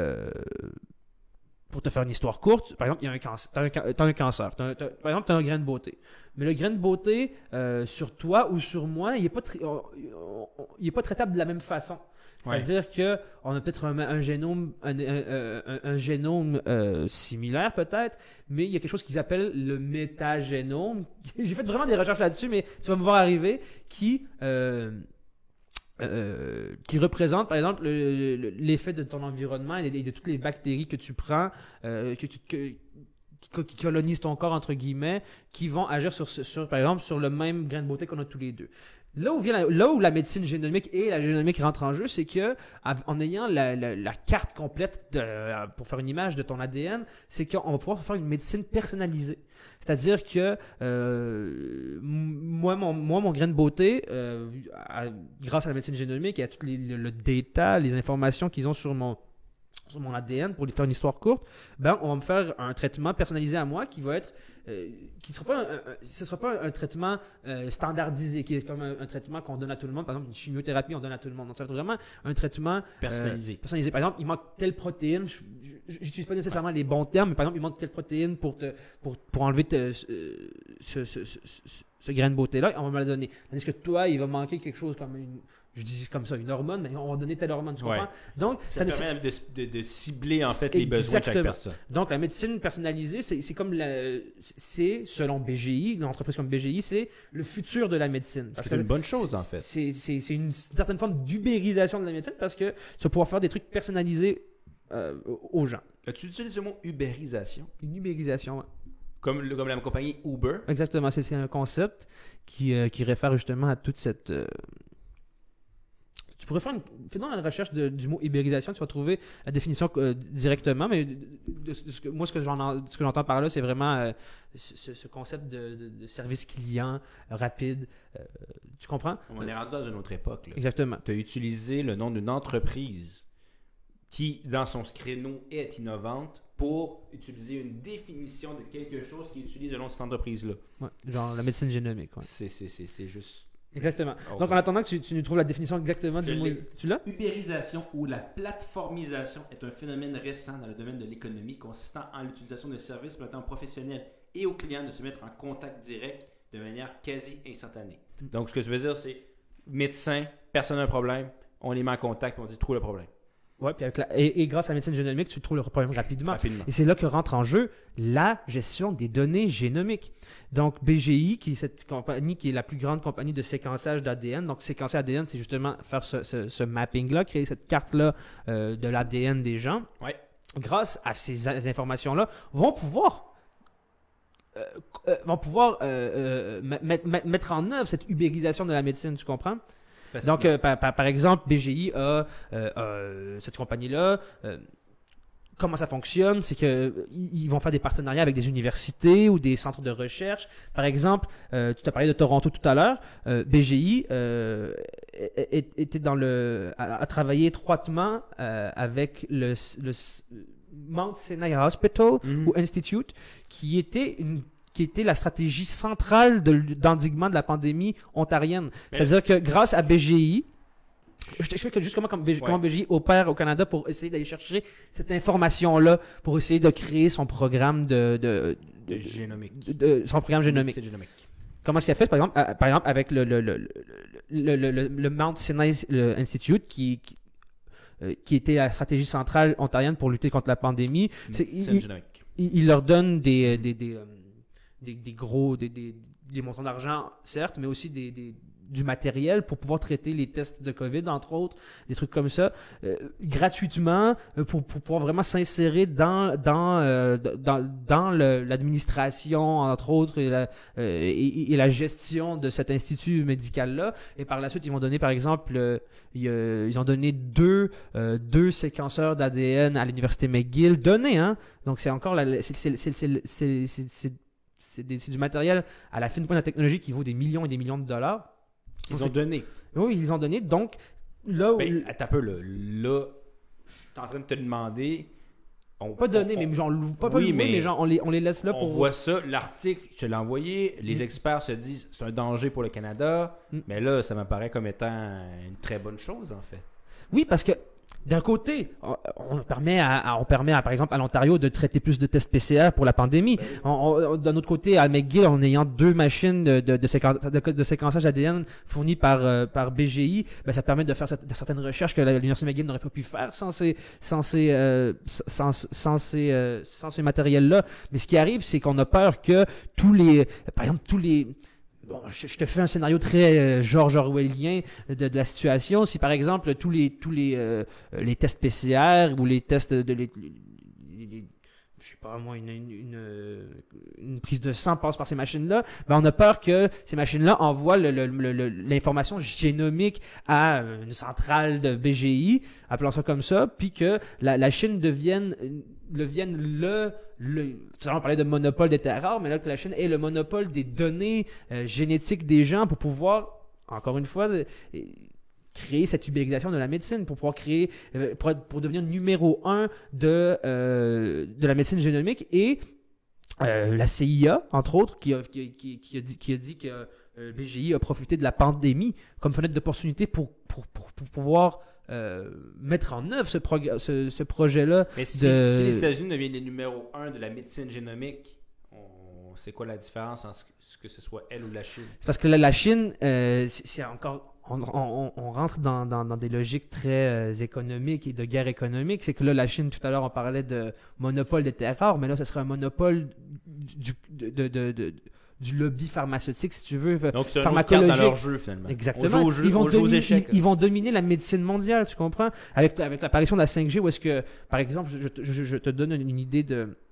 pour te faire une histoire courte, par exemple, il y a un cancer. T'as un cancer. Par exemple, tu as un grain de beauté. Mais le grain de beauté, sur toi ou sur moi, il n'est pas traitable de la même façon. C'est-à-dire qu'on a peut-être un génome, un génome similaire peut-être, mais il y a quelque chose qu'ils appellent le métagénome. J'ai fait vraiment des recherches là-dessus, mais tu vas me voir arriver, qui représente par exemple l'effet de ton environnement et de toutes les bactéries que tu prends, qui colonisent ton corps entre guillemets, qui vont agir par exemple sur le même grain de beauté qu'on a tous les deux. Là où la médecine génomique et la génomique rentrent en jeu, c'est que en ayant la carte complète pour faire une image de ton ADN, c'est qu'on va pouvoir faire une médecine personnalisée. C'est-à-dire que moi, mon grain de beauté, grâce à la médecine génomique et à tout le data, les informations qu'ils ont sur mon ADN, pour lui faire une histoire courte, on va me faire un traitement personnalisé à moi qui va être ce sera pas un traitement standardisé, qui est comme un traitement qu'on donne à tout le monde. Par exemple, une chimiothérapie, on donne à tout le monde. Donc, ça va être vraiment un traitement personnalisé. Par exemple, il manque telle protéine. J'utilise pas nécessairement les bons termes, mais par exemple, il manque telle protéine pour enlever ce grain de beauté-là, on va me la donner. Tandis que toi, il va manquer quelque chose comme je dis comme ça, une hormone, mais on va donner telle hormone, tu comprends? Donc, ça permet de cibler en fait les besoins de chaque personne. Donc, la médecine personnalisée, c'est comme selon BGI, une entreprise comme BGI, c'est le futur de la médecine. C'est une bonne chose en fait. C'est une certaine forme d'ubérisation de la médecine parce que tu vas pouvoir faire des trucs personnalisés aux gens. As-tu utilisé le mot ubérisation? Une ubérisation, oui. Comme la compagnie Uber? Exactement, c'est un concept qui réfère justement à toute cette tu pourrais fais dans la recherche du mot ibérisation, tu vas trouver la définition directement, mais ce que j'entends par là, c'est vraiment ce concept de service client rapide. Tu comprends? On est rendu dans une autre époque. Là. Exactement. Tu as utilisé le nom d'une entreprise qui, dans son créneau, est innovante pour utiliser une définition de quelque chose qui utilise le nom de cette entreprise-là. Ouais, genre la médecine génomique. Ouais. C'est juste... Exactement. Okay. Donc, en attendant que tu nous trouves la définition exactement du mot... Tu l'as? Ubérisation ou la plateformisation est un phénomène récent dans le domaine de l'économie consistant en l'utilisation de services permettant aux professionnels et aux clients de se mettre en contact direct de manière quasi instantanée. Donc, ce que je veux dire, c'est médecin, personne n'a un problème, on les met en contact et on dit trouve le problème. Oui, et grâce à la médecine génomique, tu trouves le problème rapidement. Et c'est là que rentre en jeu la gestion des données génomiques. Donc, BGI, qui est cette compagnie qui est la plus grande compagnie de séquençage d'ADN. Donc, séquencer ADN, c'est justement faire ce mapping-là, créer cette carte-là de l'ADN des gens. Ouais. Grâce à ces informations-là, vont pouvoir mettre en œuvre cette ubérisation de la médecine, tu comprends? Donc, par exemple, BGI a cette compagnie-là. Comment ça fonctionne? C'est qu'ils vont faire des partenariats avec des universités ou des centres de recherche. Par exemple, tu t'as parlé de Toronto tout à l'heure. BGI était a travaillé étroitement avec le Mount Sinai Hospital ou Institute, qui était la stratégie centrale d'endiguement de la pandémie ontarienne. C'est-à-dire que grâce à BGI, je t'explique juste comment BGI opère au Canada pour essayer d'aller chercher cette information-là, pour essayer de créer son programme de génomique. Son programme génomique. Comment est-ce qu'il a fait, par exemple avec le Mount Sinai Institute, qui était la stratégie centrale ontarienne pour lutter contre la pandémie. Il leur donne des montants d'argent, certes, mais aussi du matériel pour pouvoir traiter les tests de COVID, entre autres, des trucs comme ça, gratuitement, pour pouvoir vraiment s'insérer dans l'administration, entre autres, et la gestion de cet institut médical-là. Et par la suite, ils vont donner, par exemple, ils ont donné deux séquenceurs d'ADN à l'université McGill, donnés, hein. Donc, c'est encore c'est du matériel à la fine pointe de la technologie qui vaut des millions et des millions de dollars. Ils ont donné. Oui, ils ont donné. Donc, là... attends un peu, là, je suis en train de te demander... Pas donné, mais genre, mais genre, on les laisse là pour... On voit ça, l'article, je te l'ai envoyé, les experts se disent c'est un danger pour le Canada, mais là, ça m'apparaît comme étant une très bonne chose, en fait. Oui, parce que d'un côté, on permet par exemple, à l'Ontario de traiter plus de tests PCR pour la pandémie. D'un autre côté, à McGill, en ayant 2 machines de séquençage ADN fournies par BGI, ben, ça permet de faire certaines recherches que l'Université McGill n'aurait pas pu faire sans ces matériels-là. Mais ce qui arrive, c'est qu'on a peur que Bon, je te fais un scénario très George Orwellien de la situation. Si par exemple tous les tests PCR ou les tests je sais pas moi, une prise de sang passe par ces machines-là, ben on a peur que ces machines-là envoient l'information génomique à une centrale de BGI, appelons ça comme ça, puis que la Chine devienne on parlait de monopole des terres rares, mais là que la Chine ait le monopole des données génétiques des gens pour pouvoir, encore une fois, créer cette ubérisation de la médecine, pour pouvoir créer, pour devenir numéro 1 de la médecine génomique. Et la CIA, entre autres, qui a dit que BGI a profité de la pandémie comme fenêtre d'opportunité pour pouvoir mettre en œuvre ce projet-là. Mais si les États-Unis deviennent les numéro 1 de la médecine génomique, c'est quoi la différence entre ce que ce soit elle ou la Chine? C'est parce que la Chine, c'est encore... On rentre dans des logiques très économiques et de guerre économique. C'est que là, la Chine, tout à l'heure, on parlait de monopole des terres rares, mais là, ce serait un monopole du lobby pharmaceutique, si tu veux. Donc, c'est une autre carte dans leur jeu, finalement. Exactement. Ils vont dominer la médecine mondiale, tu comprends? Avec l'apparition de la 5G, où est-ce que, par exemple, je te donne une idée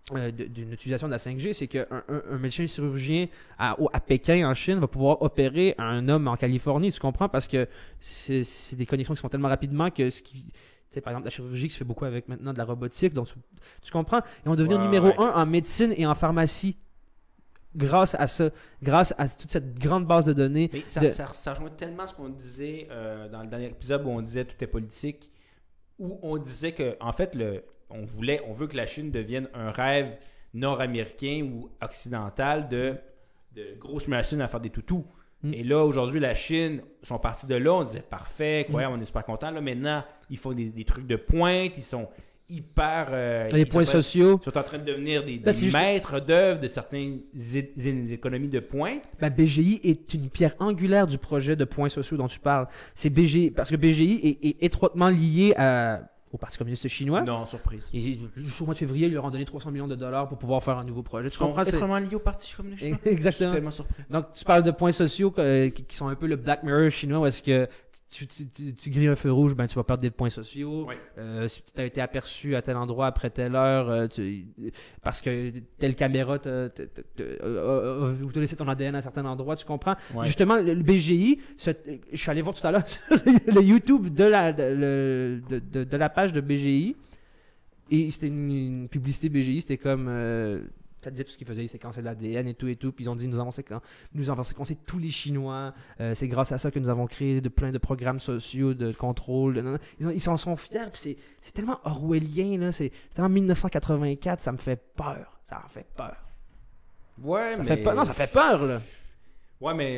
d'une utilisation de la 5G, c'est qu'un médecin chirurgien à Pékin, en Chine, va pouvoir opérer un homme en Californie, tu comprends? Parce que c'est des connexions qui se font tellement rapidement que par exemple, la chirurgie qui se fait beaucoup avec maintenant de la robotique, donc tu comprends? Et on va devenir numéro 1 en médecine et en pharmacie grâce à ça, grâce à toute cette grande base de données. Mais ça rejoint tellement ce qu'on disait dans le dernier épisode où on disait tout est politique, où on disait que, en fait, on veut que la Chine devienne un rêve nord-américain ou occidental de grosses machines à faire des toutous. Et là, aujourd'hui, la Chine sont partis de là. On disait parfait, quoi, on est super content. Là, maintenant, ils font des trucs de pointe. Ils sont hyper. Les points sociaux. Ils sont en train de devenir des maîtres d'œuvre de certaines économies de pointe. BGI est une pierre angulaire du projet de points sociaux dont tu parles. C'est BGI, parce que BGI est étroitement lié au Parti communiste chinois. Non, surprise. Et au mois de février, ils leur ont donné 300 millions de dollars pour pouvoir faire un nouveau projet. Ils sont extrêmement liés au Parti communiste chinois. Exactement. Je suis tellement surpris. Donc, tu parles de points sociaux qui sont un peu le Black Mirror chinois, où est-ce que tu grilles un feu rouge, ben tu vas perdre des points sociaux. Oui. Si tu as été aperçu à tel endroit après telle heure, parce que telle caméra t'a laissé ton ADN à certains endroits, tu comprends? Ouais. Justement, le BGI, je suis allé voir tout à l'heure sur le YouTube de la page de BGI, et c'était une publicité BGI, c'était comme... ça disait tout ce qu'ils faisaient, ils séquençaient l'ADN et tout, puis ils ont dit nous avons séquencé tous les Chinois, c'est grâce à ça que nous avons créé plein de programmes sociaux de contrôle. Ils s'en sont fiers, puis c'est tellement orwellien, là, c'est tellement 1984, ça me fait peur, ça en fait peur. Ouais, ça fait peur. Non, ça fait peur, là. Ouais, mais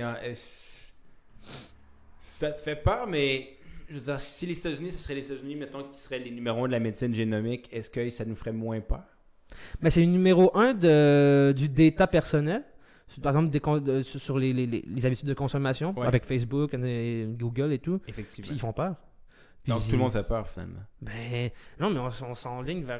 ça te fait peur, mais je veux dire, si les États-Unis, ce serait les États-Unis, mettons, qui seraient les numéros 1 de la médecine génomique, est-ce que ça nous ferait moins peur? Ben, c'est le numéro 1 du data personnel. Par exemple, sur les habitudes de consommation, avec Facebook, Google et tout. Effectivement. Puis ils font peur. Donc tout le monde fait peur, finalement. Ben, non, mais on s'enligne vers...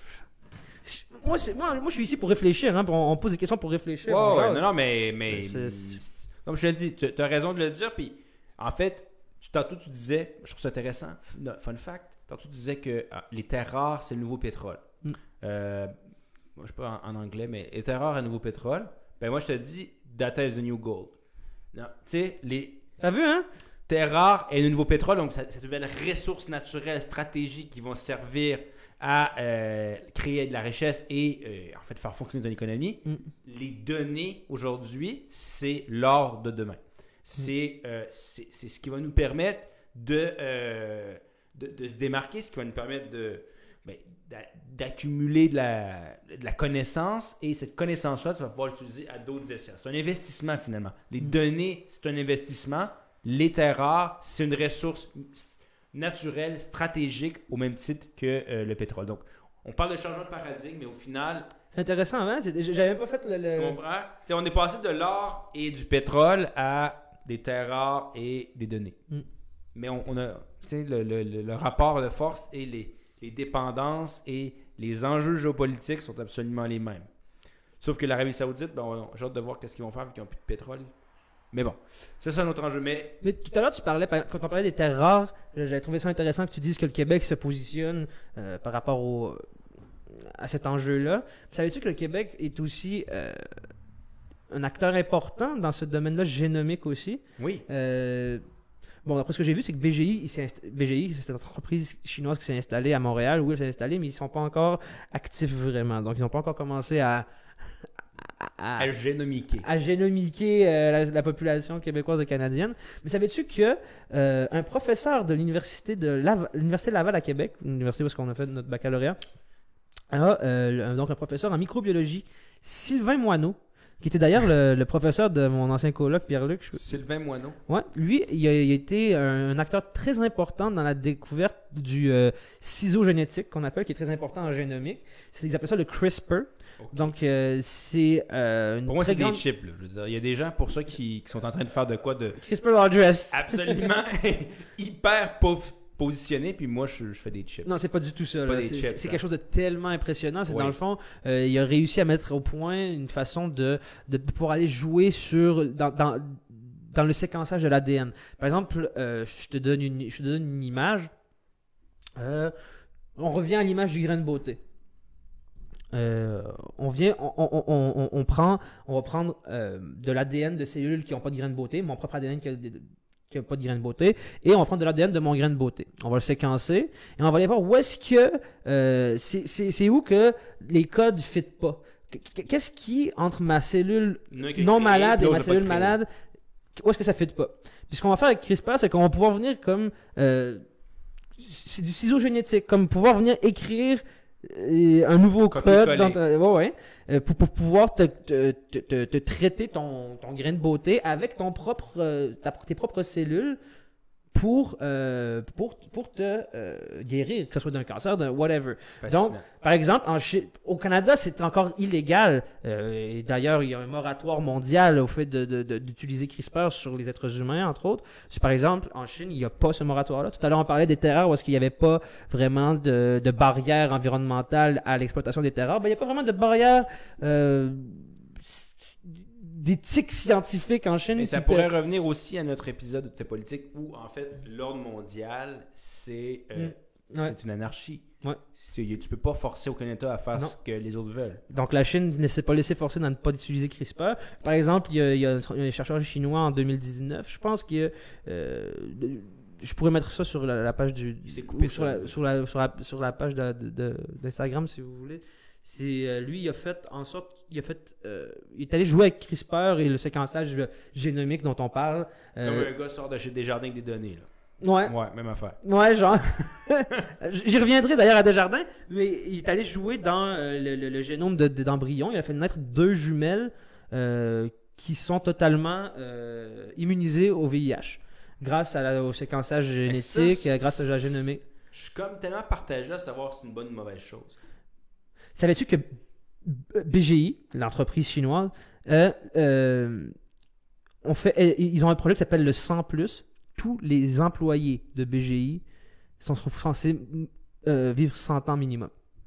Moi, je suis ici pour réfléchir, hein, on pose des questions pour réfléchir. Non, mais comme je te dis, tu as raison de le dire, puis en fait, tantôt tu disais, je trouve ça intéressant, fun fact, tantôt tu disais que les terres rares, c'est le nouveau pétrole. Moi, je sais pas en anglais, mais les terres rares et le nouveau pétrole, ben moi je te dis, data is the new gold. Tu sais, T'as vu, hein? Terres rares et le nouveau pétrole, donc ça devient des ressources naturelles stratégiques qui vont servir à créer de la richesse et en fait faire fonctionner ton économie. Les données aujourd'hui, c'est l'or de demain. C'est ce qui va nous permettre de se démarquer, ce qui va nous permettre d'accumuler de la connaissance, et cette connaissance-là, tu vas pouvoir l'utiliser à d'autres essais. C'est un investissement finalement. Les données, c'est un investissement. Les terres rares, c'est une ressource naturelle, stratégique, au même titre que le pétrole. Donc, on parle de changement de paradigme, mais au final... C'est intéressant, hein? J'avais pas fait Tu comprends? T'sais, on est passé de l'or et du pétrole à des terres rares et des données. Mais on a le rapport de force et les dépendances et les enjeux géopolitiques sont absolument les mêmes. Sauf que l'Arabie Saoudite, j'ai hâte de voir qu'est-ce qu'ils vont faire vu qu'ils n'ont plus de pétrole. Mais bon, c'est un autre enjeu. Mais tout à l'heure, quand on parlait des terres rares, j'avais trouvé ça intéressant que tu dises que le Québec se positionne par rapport à cet enjeu-là. Savais-tu que le Québec est aussi un acteur important dans ce domaine-là génomique aussi? Oui. D'après ce que j'ai vu, c'est que BGI, c'est cette entreprise chinoise qui s'est installée à Montréal. Oui, elle s'est installée, mais ils ne sont pas encore actifs vraiment. Donc, ils n'ont pas encore commencé à génomiquer. À génomiquer la population québécoise et canadienne. Mais savais-tu que un professeur de l'université Laval à Québec, l'université où est-ce qu'on a fait notre baccalauréat, donc un professeur en microbiologie, Sylvain Moineau, qui était d'ailleurs le professeur de mon ancien coloc, Pierre-Luc. Sylvain Moineau. Ouais, lui, il a été un acteur très important dans la découverte du ciseau génétique, qu'on appelle, qui est très important en génomique. Ils appellent ça le CRISPR. Okay. Donc, c'est pour moi, c'est des chips. Là. Je veux dire, il y a des gens pour ça qui sont en train de faire de quoi de... CRISPR address. Absolument hyper positionné, puis moi, je fais des chips. Non, c'est pas du tout ça. C'est quelque chose de tellement impressionnant. C'est oui. Dans le fond, il a réussi à mettre au point une façon de pouvoir aller jouer dans le séquençage de l'ADN. Par exemple, je te donne une image. On revient à l'image du grain de beauté. on va prendre de l'ADN de cellules qui n'ont pas de grain de beauté, mon propre ADN qui n'a pas de grain de beauté, et on va prendre de l'ADN de mon grain de beauté. On va le séquencer et on va aller voir où est-ce que c'est où que les codes ne fitent pas. Qu'est-ce qui, entre ma cellule non malade et ma cellule malade, où est-ce que ça ne fit pas? Puis ce qu'on va faire avec CRISPR, c'est qu'on va pouvoir venir comme... c'est du ciseau génétique, comme pouvoir venir écrire un nouveau code pour pouvoir te traiter ton grain de beauté avec tes propres cellules pour te guérir, que ce soit d'un cancer, d'un whatever. Fascinant. Donc, par exemple, au Canada, c'est encore illégal. Et d'ailleurs, il y a un moratoire mondial au fait d'utiliser CRISPR sur les êtres humains, entre autres. Par exemple, en Chine, il n'y a pas ce moratoire-là. Tout à l'heure, on parlait des terroirs où est-ce qu'il n'y avait pas vraiment de barrière environnementale à l'exploitation des terroirs. Ben, il n'y a pas vraiment de barrière d'éthique scientifique en Chine. Mais ça pourrait revenir aussi à notre épisode de politique où, en fait, l'ordre mondial, c'est une anarchie. Ouais. Tu ne peux pas forcer aucun État à faire ce que les autres veulent. Donc la Chine ne s'est pas laissée forcer dans ne pas utiliser CRISPR. Par exemple, il y a un chercheur chinois en 2019, je pense qu'il je pourrais mettre ça sur la page sur la page d'Instagram si vous voulez. Lui, il est allé jouer avec CRISPR et le séquençage génomique dont on parle. Comme un gars sort de chez Desjardins avec des données, là. Ouais, même affaire. Ouais, genre. J'y reviendrai d'ailleurs à Desjardins, mais il est allé jouer dans le génome d'embryons. Il a fait naître 2 jumelles qui sont totalement immunisées au VIH grâce au séquençage génétique, grâce à la génomique. Je suis comme tellement partagé à savoir si c'est une bonne ou une mauvaise chose. Savais-tu que BGI, l'entreprise chinoise, ils ont un projet qui s'appelle le 100+. Tous les employés de BGI sont censés vivre 100 ans minimum.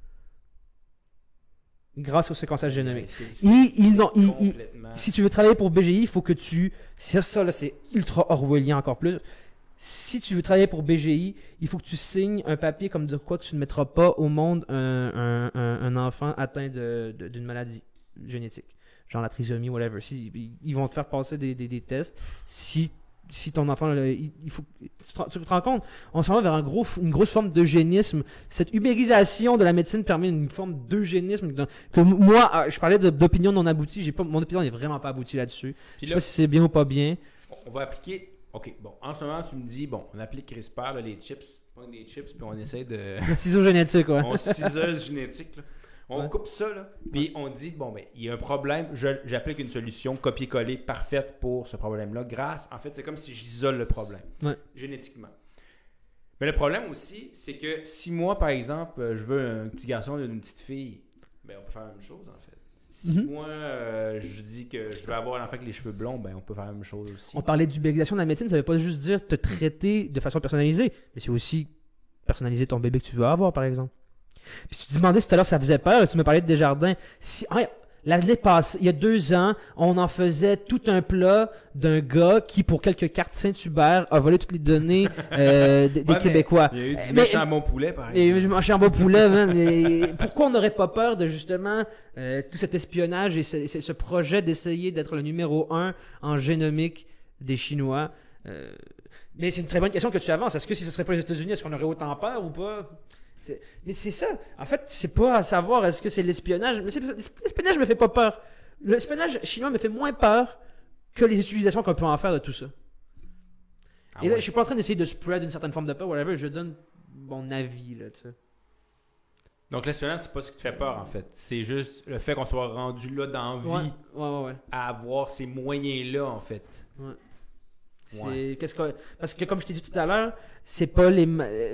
Grâce au séquençage génomique. Si tu veux travailler pour BGI, il faut que tu... Ça, là, c'est ultra orwellien encore plus. Si tu veux travailler pour BGI, il faut que tu signes un papier comme de quoi tu ne mettras pas au monde un enfant atteint d'une maladie génétique. Genre la trisomie, whatever. Ils vont te faire passer des tests. Si ton enfant, il faut, tu te rends compte, on s'en va vers une grosse forme d'eugénisme. Cette ubérisation de la médecine permet une forme d'eugénisme que moi, je parlais d'opinion non aboutie. Mon opinion n'est vraiment pas aboutie là-dessus. Je sais pas si c'est bien ou pas bien. On va appliquer. OK, bon, en ce moment, tu me dis, on applique CRISPR, là, les chips, on prend des chips, puis on essaie de... Ciseaux génétique, ouais. On ciseuse génétique, là. On coupe ça, là, puis on dit, il y a un problème, j'applique une solution copier-coller parfaite pour ce problème-là, en fait, c'est comme si j'isole le problème, génétiquement. Mais le problème aussi, c'est que si moi, par exemple, je veux un petit garçon et une petite fille, on peut faire la même chose, en fait. Si moi, je dis que je veux avoir un enfant avec les cheveux blonds, on peut faire la même chose aussi. On parlait d'ubérisation de la médecine, ça ne veut pas juste dire te traiter de façon personnalisée, mais c'est aussi personnaliser ton bébé que tu veux avoir, par exemple. Puis tu te demandais tout à l'heure si ça faisait peur, tu me parlais de Desjardins. L'année passée, il y a 2 ans, on en faisait tout un plat d'un gars qui, pour quelques cartes Saint-Hubert, a volé toutes les données des Québécois. Il y a eu du méchant bon poulet, par exemple. Et du méchant bon poulet, man. Pourquoi on n'aurait pas peur de justement tout cet espionnage et ce projet d'essayer d'être le numéro 1 en génomique des Chinois? Mais c'est une très bonne question que tu avances. Est-ce que si ce serait pas les États-Unis, est-ce qu'on aurait autant peur ou pas? Mais c'est ça. En fait, c'est pas à savoir est-ce que c'est l'espionnage. Mais l'espionnage me fait pas peur. L'espionnage chinois me fait moins peur que les utilisations qu'on peut en faire de tout ça. Et là, je suis pas en train d'essayer de spread une certaine forme de peur, whatever. Je donne mon avis, là, tu sais. Donc, l'espionnage, c'est pas ce qui te fait peur, en fait. C'est juste le fait qu'on soit rendu là dans la vie à avoir ces moyens-là, en fait. Ouais. Parce que, comme je t'ai dit tout à l'heure, c'est pas les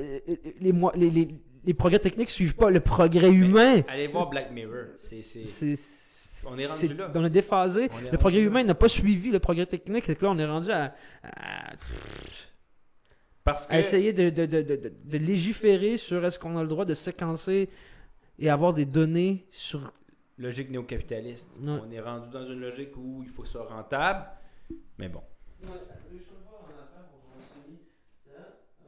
progrès techniques suivent pas le progrès humain. Allez voir Black Mirror. On est rendu là. On est déphasé. Le progrès humain n'a pas suivi le progrès technique. C'est que là, on est rendu à essayer de légiférer sur est-ce qu'on a le droit de séquencer et avoir des données sur... Logique néo-capitaliste. Ouais. On est rendu dans une logique où il faut que ce soit rentable. Mais bon.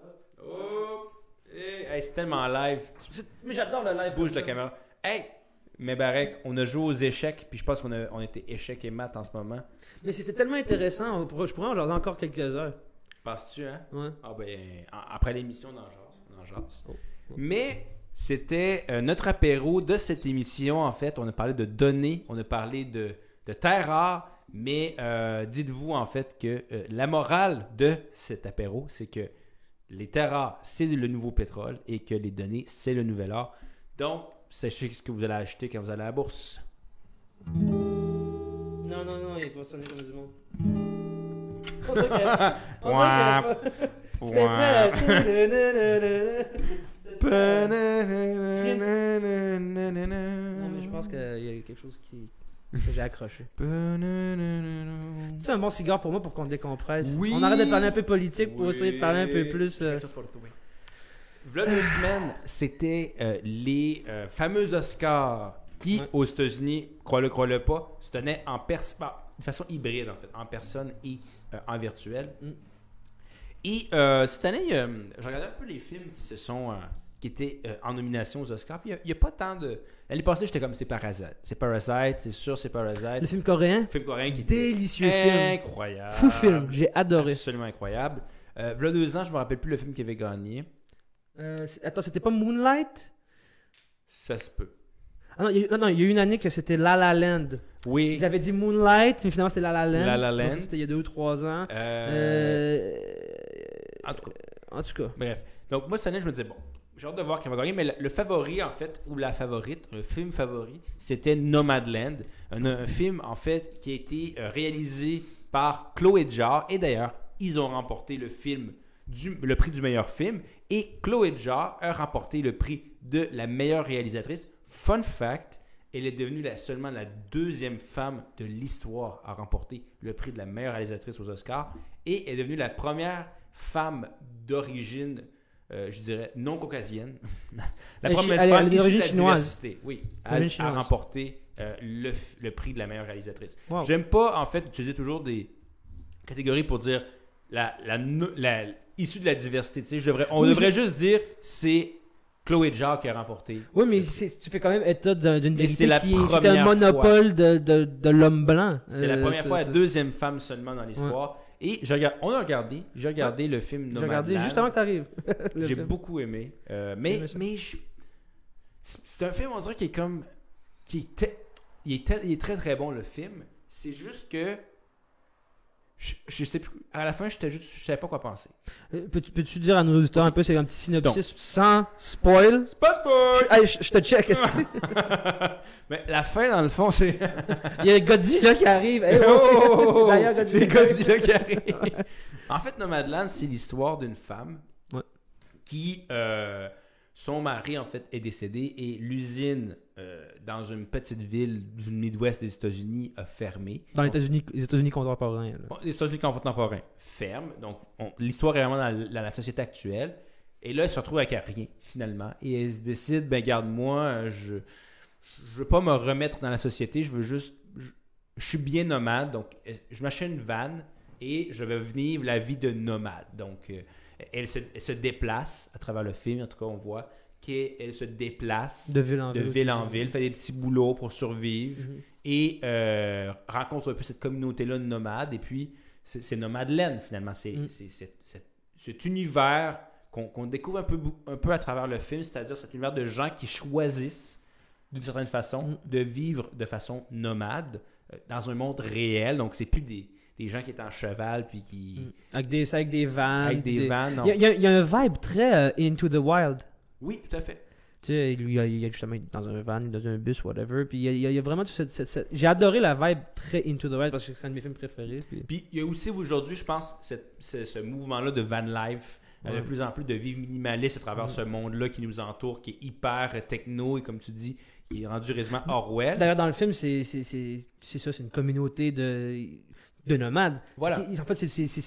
Oh! Hey, c'est tellement live. Mais j'adore le live. Tu bouges la caméra. Hey! Mais Barek, on a joué aux échecs, puis je pense on était échecs et maths en ce moment. Mais c'était tellement intéressant, je pourrais en jaser encore quelques heures. Penses-tu, hein? Ouais. Ah ben, après l'émission, on en jase. Oh. Mais c'était notre apéro de cette émission, en fait. On a parlé de données, on a parlé de terres rares, mais dites-vous, en fait, que la morale de cet apéro, c'est que les terres rares, c'est le nouveau pétrole et que les données, c'est le nouvel or. Donc, sachez ce que vous allez acheter quand vous allez à la bourse. Non, il n'est pas sonné comme du monde. On dirait non, mais je pense qu'il y a quelque chose que j'ai accroché. C'est un bon cigare pour moi pour qu'on décompresse. Oui. On arrête de parler un peu politique pour essayer de parler un peu plus. V'là 2 semaines, c'était les fameux Oscars qui, aux États-Unis, crois-le pas, se tenaient de façon hybride, en fait, en personne et en virtuel. Et cette année, j'ai regardé un peu les films qui étaient en nomination aux Oscars. Puis il n'y a pas tant de. L'année passée, j'étais comme c'est Parasite, c'est sûr, c'est Parasite. Le film coréen. Le film coréen qui était délicieux film. Incroyable. Fou film, j'ai adoré. Absolument incroyable. V'là 2 ans, je me rappelle plus le film qui avait gagné. Attends, c'était pas Moonlight? Ça se peut. Ah non, il y a eu une année que c'était La La Land. Oui. Ils avaient dit Moonlight, mais finalement c'était La La Land. La La Land. Donc, ça, c'était il y a 2 ou 3 ans. En tout cas. Bref. Donc, moi, cette année, je me disais, bon, j'ai hâte de voir qui va gagner, mais le favori, en fait, ou la favorite, le film favori, c'était Nomadland. Un film, en fait, qui a été réalisé par Chloé Zhao. Et d'ailleurs, ils ont remporté le prix du meilleur film. Et Chloé Zhao a remporté le prix de la meilleure réalisatrice. Fun fact, elle est devenue seulement la 2e femme de l'histoire à remporter le prix de la meilleure réalisatrice aux Oscars. Et est devenue la première femme d'origine, je dirais, non caucasienne. La première femme issue de la diversité, oui, à remporter le prix de la meilleure réalisatrice. Wow. J'aime pas, en fait, utiliser toujours des catégories pour dire issue de la diversité. Tu sais, on devrait juste dire c'est Chloé Zhao qui a remporté. Oui, mais tu fais quand même état d'une vérité c'est un monopole de l'homme blanc. C'est la première fois, la 2e femme seulement dans l'histoire. Ouais. Et j'ai regardé le film Nomadland. J'ai regardé juste avant que tu arrives. J'ai beaucoup aimé. Mais c'est un film, on dirait, il est très très bon, le film. C'est juste que je sais plus. À la fin, je savais pas quoi penser. Peux-tu dire à nos auditeurs un peu, c'est un petit synopsis sans spoil? C'est pas spoil! Hey, je te check, est-ce que mais la fin, dans le fond, c'est. Il y a Godzilla qui arrive. Hey, oh! D'ailleurs, c'est Godzilla qui arrive. En fait, Nomadland, c'est l'histoire d'une femme qui. Son mari, en fait, est décédé et l'usine dans une petite ville du Midwest des États-Unis a fermé. Dans les États-Unis contemporains. Bon, les États-Unis contemporains ferment. Donc, l'histoire est vraiment dans la société actuelle. Et là, elle se retrouve avec rien, finalement. Et elle se décide, garde-moi, je veux pas me remettre dans la société, je veux juste... Je suis bien nomade, donc je m'achète une van et je vais vivre la vie de nomade. Donc... Elle se déplace à travers le film, en tout cas on voit qu'elle se déplace de ville en ville, fait des petits boulots pour survivre et rencontre un peu cette communauté-là de nomades. Et puis c'est Nomadland finalement, c'est cet univers qu'on découvre un peu à travers le film, c'est-à-dire cet univers de gens qui choisissent d'une certaine façon de vivre de façon nomade dans un monde réel. Donc c'est plus des gens qui étaient en cheval puis qui... Avec des vannes. Avec des vannes, non. Il y a un vibe très Into the Wild. Oui, tout à fait. Tu sais, lui, il est justement dans un van, dans un bus, whatever. Puis il y a vraiment tout j'ai adoré la vibe très Into the Wild parce que c'est un de mes films préférés. Puis il y a aussi aujourd'hui, je pense, ce mouvement-là de van life, de plus en plus de vivre minimaliste à travers ce monde-là qui nous entoure, qui est hyper techno et comme tu dis, qui est rendu quasiment Orwell. D'ailleurs, dans le film, c'est ça, c'est une communauté de nomades. Voilà. En fait,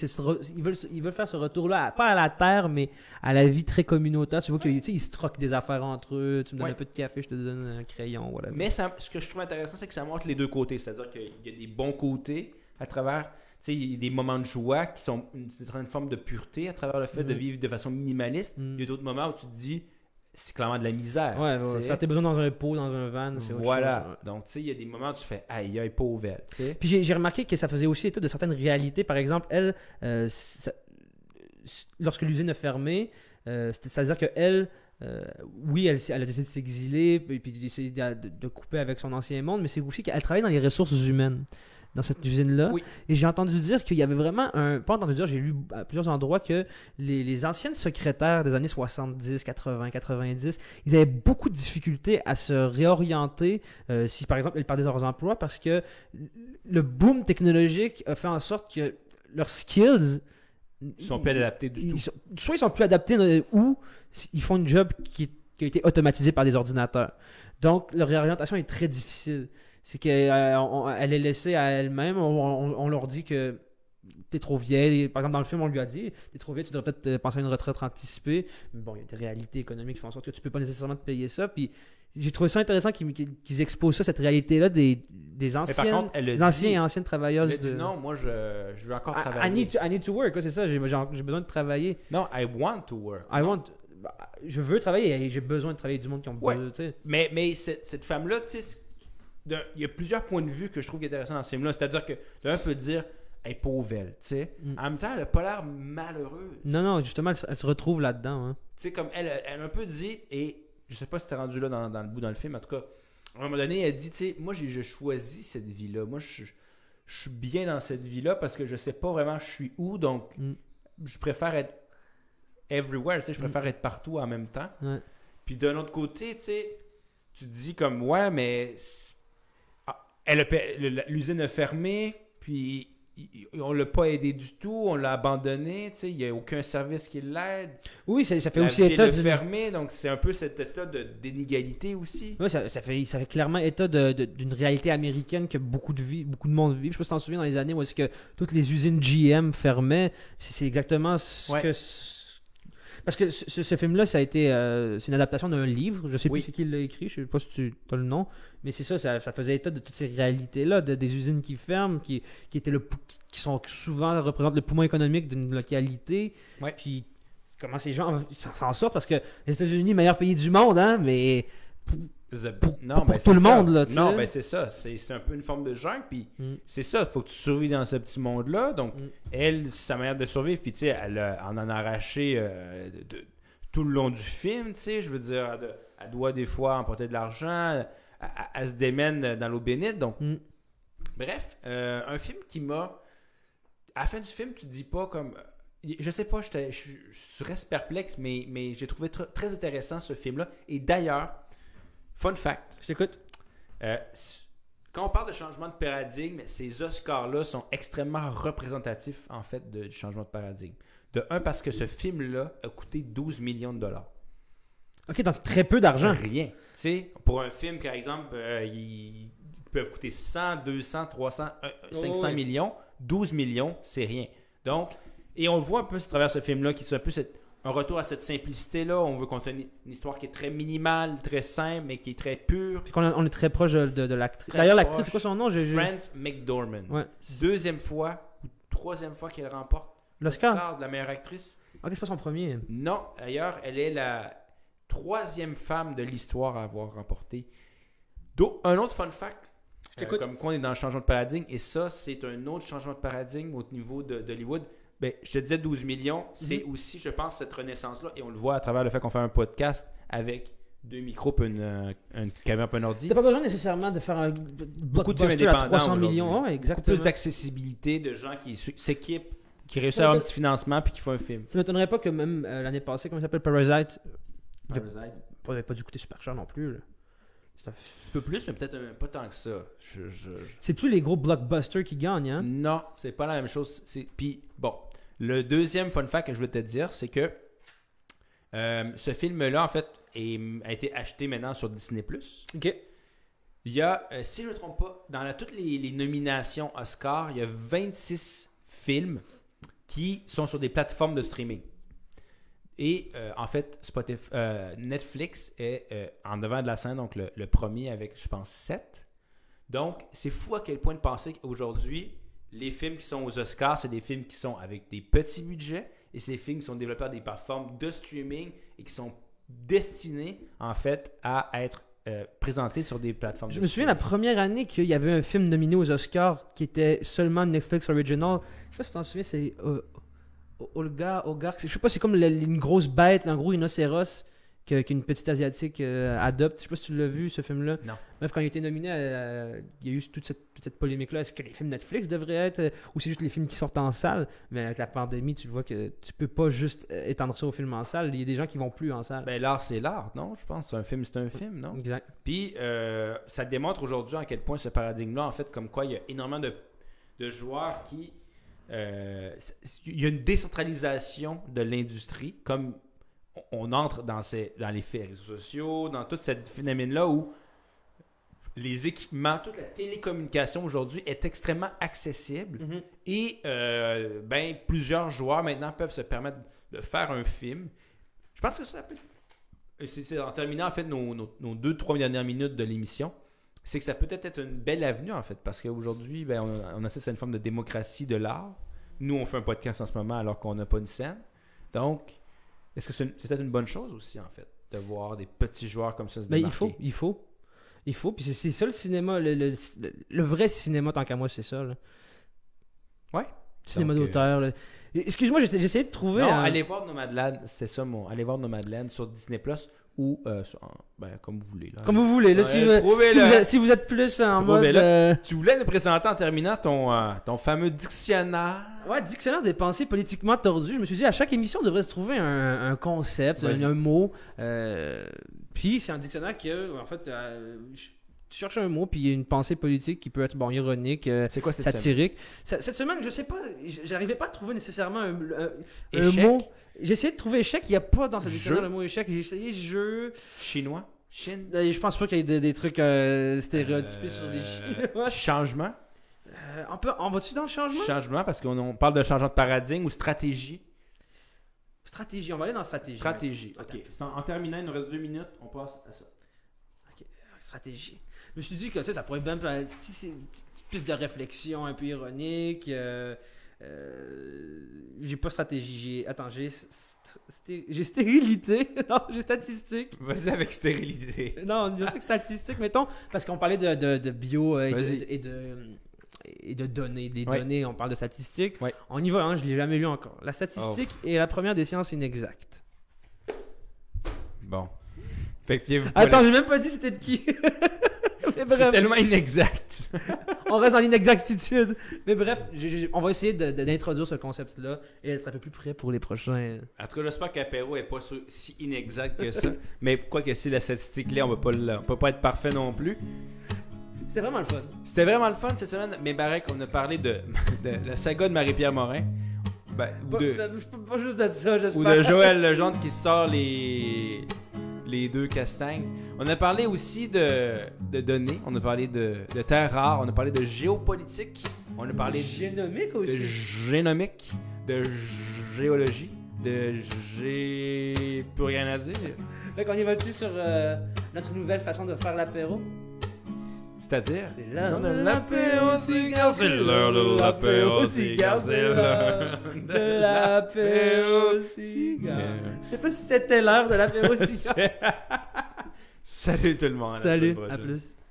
ils veulent faire ce retour-là, pas à la terre, mais à la vie très communautaire. Tu vois qu'ils se troquent des affaires entre eux. Tu me donnes un peu de café, je te donne un crayon, voilà. Mais ce que je trouve intéressant, c'est que ça montre les deux côtés. C'est-à-dire qu'il y a des bons côtés à travers... il y a des moments de joie qui sont une certaine forme de pureté à travers le fait de vivre de façon minimaliste. Il y a d'autres moments où tu te dis... c'est clairement de la misère. Ouais, tu sais. faire tes besoins dans un pot, dans un van, c'est autre Voilà. chose. Ouais. Donc, tu sais, il y a des moments où tu fais aïe, aïe, pauvre elle. Tu sais. Puis j'ai remarqué que ça faisait aussi état de certaines réalités. Par exemple, elle, lorsque l'usine a fermé, c'est-à-dire qu'elle, oui, elle a décidé de s'exiler, puis d'essayer de couper avec son ancien monde, mais c'est aussi qu'elle travaille dans les ressources humaines, dans cette usine-là. Oui. Et j'ai entendu dire qu'il y avait vraiment pas entendu dire, j'ai lu à plusieurs endroits que les anciennes secrétaires des années 70, 80, 90, ils avaient beaucoup de difficultés à se réorienter si, par exemple, elles perdaient leurs emplois, parce que le boom technologique a fait en sorte que leurs skills... Ils sont plus adaptés du tout. Soit ils sont plus adaptés ou ils font une job qui a été automatisée par des ordinateurs. Donc, leur réorientation est très difficile. C'est qu'elle est laissée à elle-même. On leur dit que t'es trop vieille. Par exemple, dans le film, on lui a dit t'es trop vieille, tu devrais peut-être penser à une retraite anticipée. Mais bon, il y a des réalités économiques qui font en sorte que tu peux pas nécessairement te payer ça. Puis j'ai trouvé ça intéressant qu'ils exposent ça, cette réalité-là des anciens, contre, et anciennes travailleuses. Elle a dit non, moi je veux encore travailler. I need to work, c'est ça, j'ai besoin de travailler. Non, I want to work. Je veux travailler et j'ai besoin de travailler du monde qui ont besoin. Tu sais. Mais cette femme-là, tu sais, il y a plusieurs points de vue que je trouve intéressants dans ce film-là. C'est-à-dire que l'un peut dire elle est pauvre, elle, tu sais. En même temps, elle n'a pas l'air malheureuse. Non, justement, elle se retrouve là-dedans. Hein. Tu sais, comme elle a un peu dit, et je sais pas si t'es rendu là dans le bout dans le film, en tout cas, à un moment donné, elle dit, tu sais, moi j'ai choisi cette vie-là. Moi, je suis bien dans cette vie-là parce que je sais pas vraiment je suis où, donc je préfère être everywhere, tu sais, je préfère être partout en même temps. Ouais. Puis d'un autre côté, tu sais, tu te dis comme, ouais, mais l'usine a fermé, puis on l'a pas aidé du tout, on l'a abandonné, tu sais, il n'y a aucun service qui l'aide. Oui, ça fait la aussi ville état a fermé, donc c'est un peu cet état d'inégalité aussi. Oui, ça fait clairement état d'une réalité américaine que beaucoup de monde vivent. Je sais pas si tu t'en souviens dans les années où est-ce que toutes les usines GM fermaient. C'est exactement ce que... Parce que ce film-là, ça a été c'est une adaptation d'un livre. Je sais plus qui l'a écrit, je sais pas si tu as le nom, mais c'est ça faisait état de toutes ces réalités-là, des usines qui ferment, qui sont souvent représentent le poumon économique d'une localité. Ouais. Puis comment ces gens s'en sortent, parce que les États-Unis, meilleur pays du monde, hein, mais pour tout le monde, là, tu sais. Non, ben c'est ça. C'est un peu une forme de jungle, puis c'est ça. Il faut que tu survives dans ce petit monde-là. Donc, elle, sa manière de survivre, puis tu sais, elle en a arraché tout le long du film, tu sais. Je veux dire, elle doit des fois emporter de l'argent, elle se démène dans l'eau bénite. Donc, bref, un film qui m'a... À la fin du film, tu te dis pas comme... Je sais pas, je reste perplexe, mais j'ai trouvé très intéressant ce film-là. Et d'ailleurs, fun fact. Je t'écoute. Quand on parle de changement de paradigme, ces Oscars-là sont extrêmement représentatifs, en fait, du changement de paradigme. De un, parce que ce film-là a coûté 12 millions de dollars. OK, donc très peu d'argent. Rien. Tu sais, pour un film, par exemple, ils peuvent coûter 100, 200, 300, 500 millions. 12 millions, c'est rien. Donc, et on le voit un peu à travers ce film-là, qui est un peu un retour à cette simplicité-là. On veut contenir une histoire qui est très minimale, très simple, mais qui est très pure. Puis on est très proche de l'actrice. D'ailleurs, l'actrice, c'est quoi son nom? Frances McDormand. Ouais. Deuxième fois ou troisième fois qu'elle remporte l'Oscar de la meilleure actrice. Ok, c'est pas son premier. Non, d'ailleurs, elle est la troisième femme de l'histoire à avoir remporté. Un autre fun fact, comme quoi on est dans le changement de paradigme, et ça, c'est un autre changement de paradigme au niveau d'Hollywood. Ben, je te disais 12 millions, c'est aussi, je pense, cette renaissance-là, et on le voit à travers le fait qu'on fait un podcast avec 2 micros et une caméra et un ordi. T'as pas besoin nécessairement de faire un blockbuster à 300 millions. Exactement. Beaucoup plus d'accessibilité, de gens qui s'équipent, qui réussissent à avoir un petit financement puis qui font un film. Ça m'étonnerait pas que même l'année passée, comment il s'appelle, Parasite n'avait pas dû coûter super cher non plus. Un petit peu plus, mais peut-être pas tant que ça. C'est plus les gros blockbusters qui gagnent, hein? Non, c'est pas la même chose. Puis, bon, le deuxième fun fact que je voulais te dire, c'est que ce film-là, en fait, a été acheté maintenant sur Disney+. OK. Il y a, si je ne me trompe pas, dans toutes les nominations Oscar, il y a 26 films qui sont sur des plateformes de streaming. Et en fait, Netflix est en devant de la scène, donc le premier avec, je pense, 7. Donc, c'est fou à quel point de penser qu'aujourd'hui, les films qui sont aux Oscars, c'est des films qui sont avec des petits budgets et c'est des films qui sont développés par des plateformes de streaming et qui sont destinés, en fait, à être présentés sur des plateformes. Je me souviens la première année qu'il y avait un film nominé aux Oscars qui était seulement Netflix Original. Je sais pas si tu t'en souviens, c'est Olga, je sais pas, c'est comme une grosse bête, un gros rhinocéros qu'une petite asiatique adopte. Je sais pas si tu l'as vu, ce film-là. Non. Bref, quand il a été nominé, il y a eu toute cette polémique-là. Est-ce que les films Netflix devraient être, ou c'est juste les films qui sortent en salle? Mais avec la pandémie, tu vois que tu peux pas juste étendre ça aux films en salle. Il y a des gens qui vont plus en salle. Ben, l'art, c'est l'art, non? Je pense. Un film, c'est un film, non? Exact. Puis, ça démontre aujourd'hui à quel point ce paradigme-là, en fait, comme quoi il y a énormément de joueurs qui... il y a une décentralisation de l'industrie, comme on entre dans les réseaux sociaux, dans tout ce phénomène-là où les équipements, toute la télécommunication aujourd'hui est extrêmement accessible et plusieurs joueurs maintenant peuvent se permettre de faire un film. Je pense que ça peut... C'est en terminant en fait nos 2-3 dernières minutes de l'émission, c'est que ça peut être une belle avenue en fait, parce qu'aujourd'hui on assiste à une forme de démocratie de l'art. Nous on fait un podcast en ce moment alors qu'on n'a pas une scène, donc est-ce que c'est peut-être une bonne chose aussi, en fait, de voir des petits joueurs comme ça se démarquer? Il faut. Puis c'est ça le cinéma, le vrai cinéma, tant qu'à moi, c'est ça. Là. Ouais. Cinéma d'auteur. Là. Excuse-moi, j'essayais de trouver... Non, allez voir Nomadland, c'est ça allez voir Nomadland sur Disney+, ou comme vous voulez. Là. Comme vous voulez. Là, si vous êtes plus en mode... Tu voulais nous présenter en terminant ton fameux dictionnaire. Ouais, dictionnaire des pensées politiquement tordues. Je me suis dit, à chaque émission, on devrait se trouver un concept, un mot. Puis c'est un dictionnaire qui a, en fait... tu cherches un mot, puis il y a une pensée politique qui peut être ironique, c'est quoi cette satirique. Cette semaine, je sais pas, j'arrivais pas à trouver nécessairement un mot. J'ai essayé de trouver échec, il n'y a pas dans ce dictionnaire le mot échec. J'ai essayé jeu. Chinois. Chine. Je pense pas qu'il y ait des trucs stéréotypés sur les Chinois. Changement. On va-tu dans le changement? Changement, parce qu'on parle de changement de paradigme ou stratégie. Stratégie, on va aller dans stratégie. Stratégie, ok. En terminant, il nous reste 2 minutes, on passe à ça. Ok, stratégie. Je me suis dit que ça pourrait bien être plus de réflexion un peu ironique. J'ai pas stratégie. J'ai stérilité. Non, j'ai statistique. Vas-y avec stérilité. Non, je sais que statistique, mettons, parce qu'on parlait de bio et de données. Les données, on parle de statistiques. Ouais. On y va, je l'ai jamais lu encore. La statistique est la première des sciences inexactes. Bon. Fait que attends, j'ai même pas dit c'était de qui. C'est tellement inexact. On reste dans l'inexactitude. Mais bref, on va essayer d'introduire ce concept-là et d'être un peu plus prêt pour les prochains. En tout cas, j'espère qu'Apéro n'est pas si inexact que ça. Mais quoi que si la statistique-là, on peut pas être parfait non plus. C'était vraiment le fun. C'était vraiment le fun cette semaine. Mais Barek, on a parlé de la saga de Marie-Pierre Morin. Pas juste de ça, j'espère. Ou de Joël Legendre qui sort les 2 castagnes. On a parlé aussi de données, on a parlé de terres rares, on a parlé de géopolitique, on a parlé génomique aussi. De génomique, de géologie, plus rien à dire. Fait qu'on y va-tu sur notre nouvelle façon de faire l'apéro? C'est-à-dire? C'est l'heure de l'apéro cigare, c'est l'heure de l'apéro cigare, c'est l'heure de l'apéro cigare. C'était pas si c'était l'heure de l'apéro cigare. Salut tout le monde. Salut, à plus.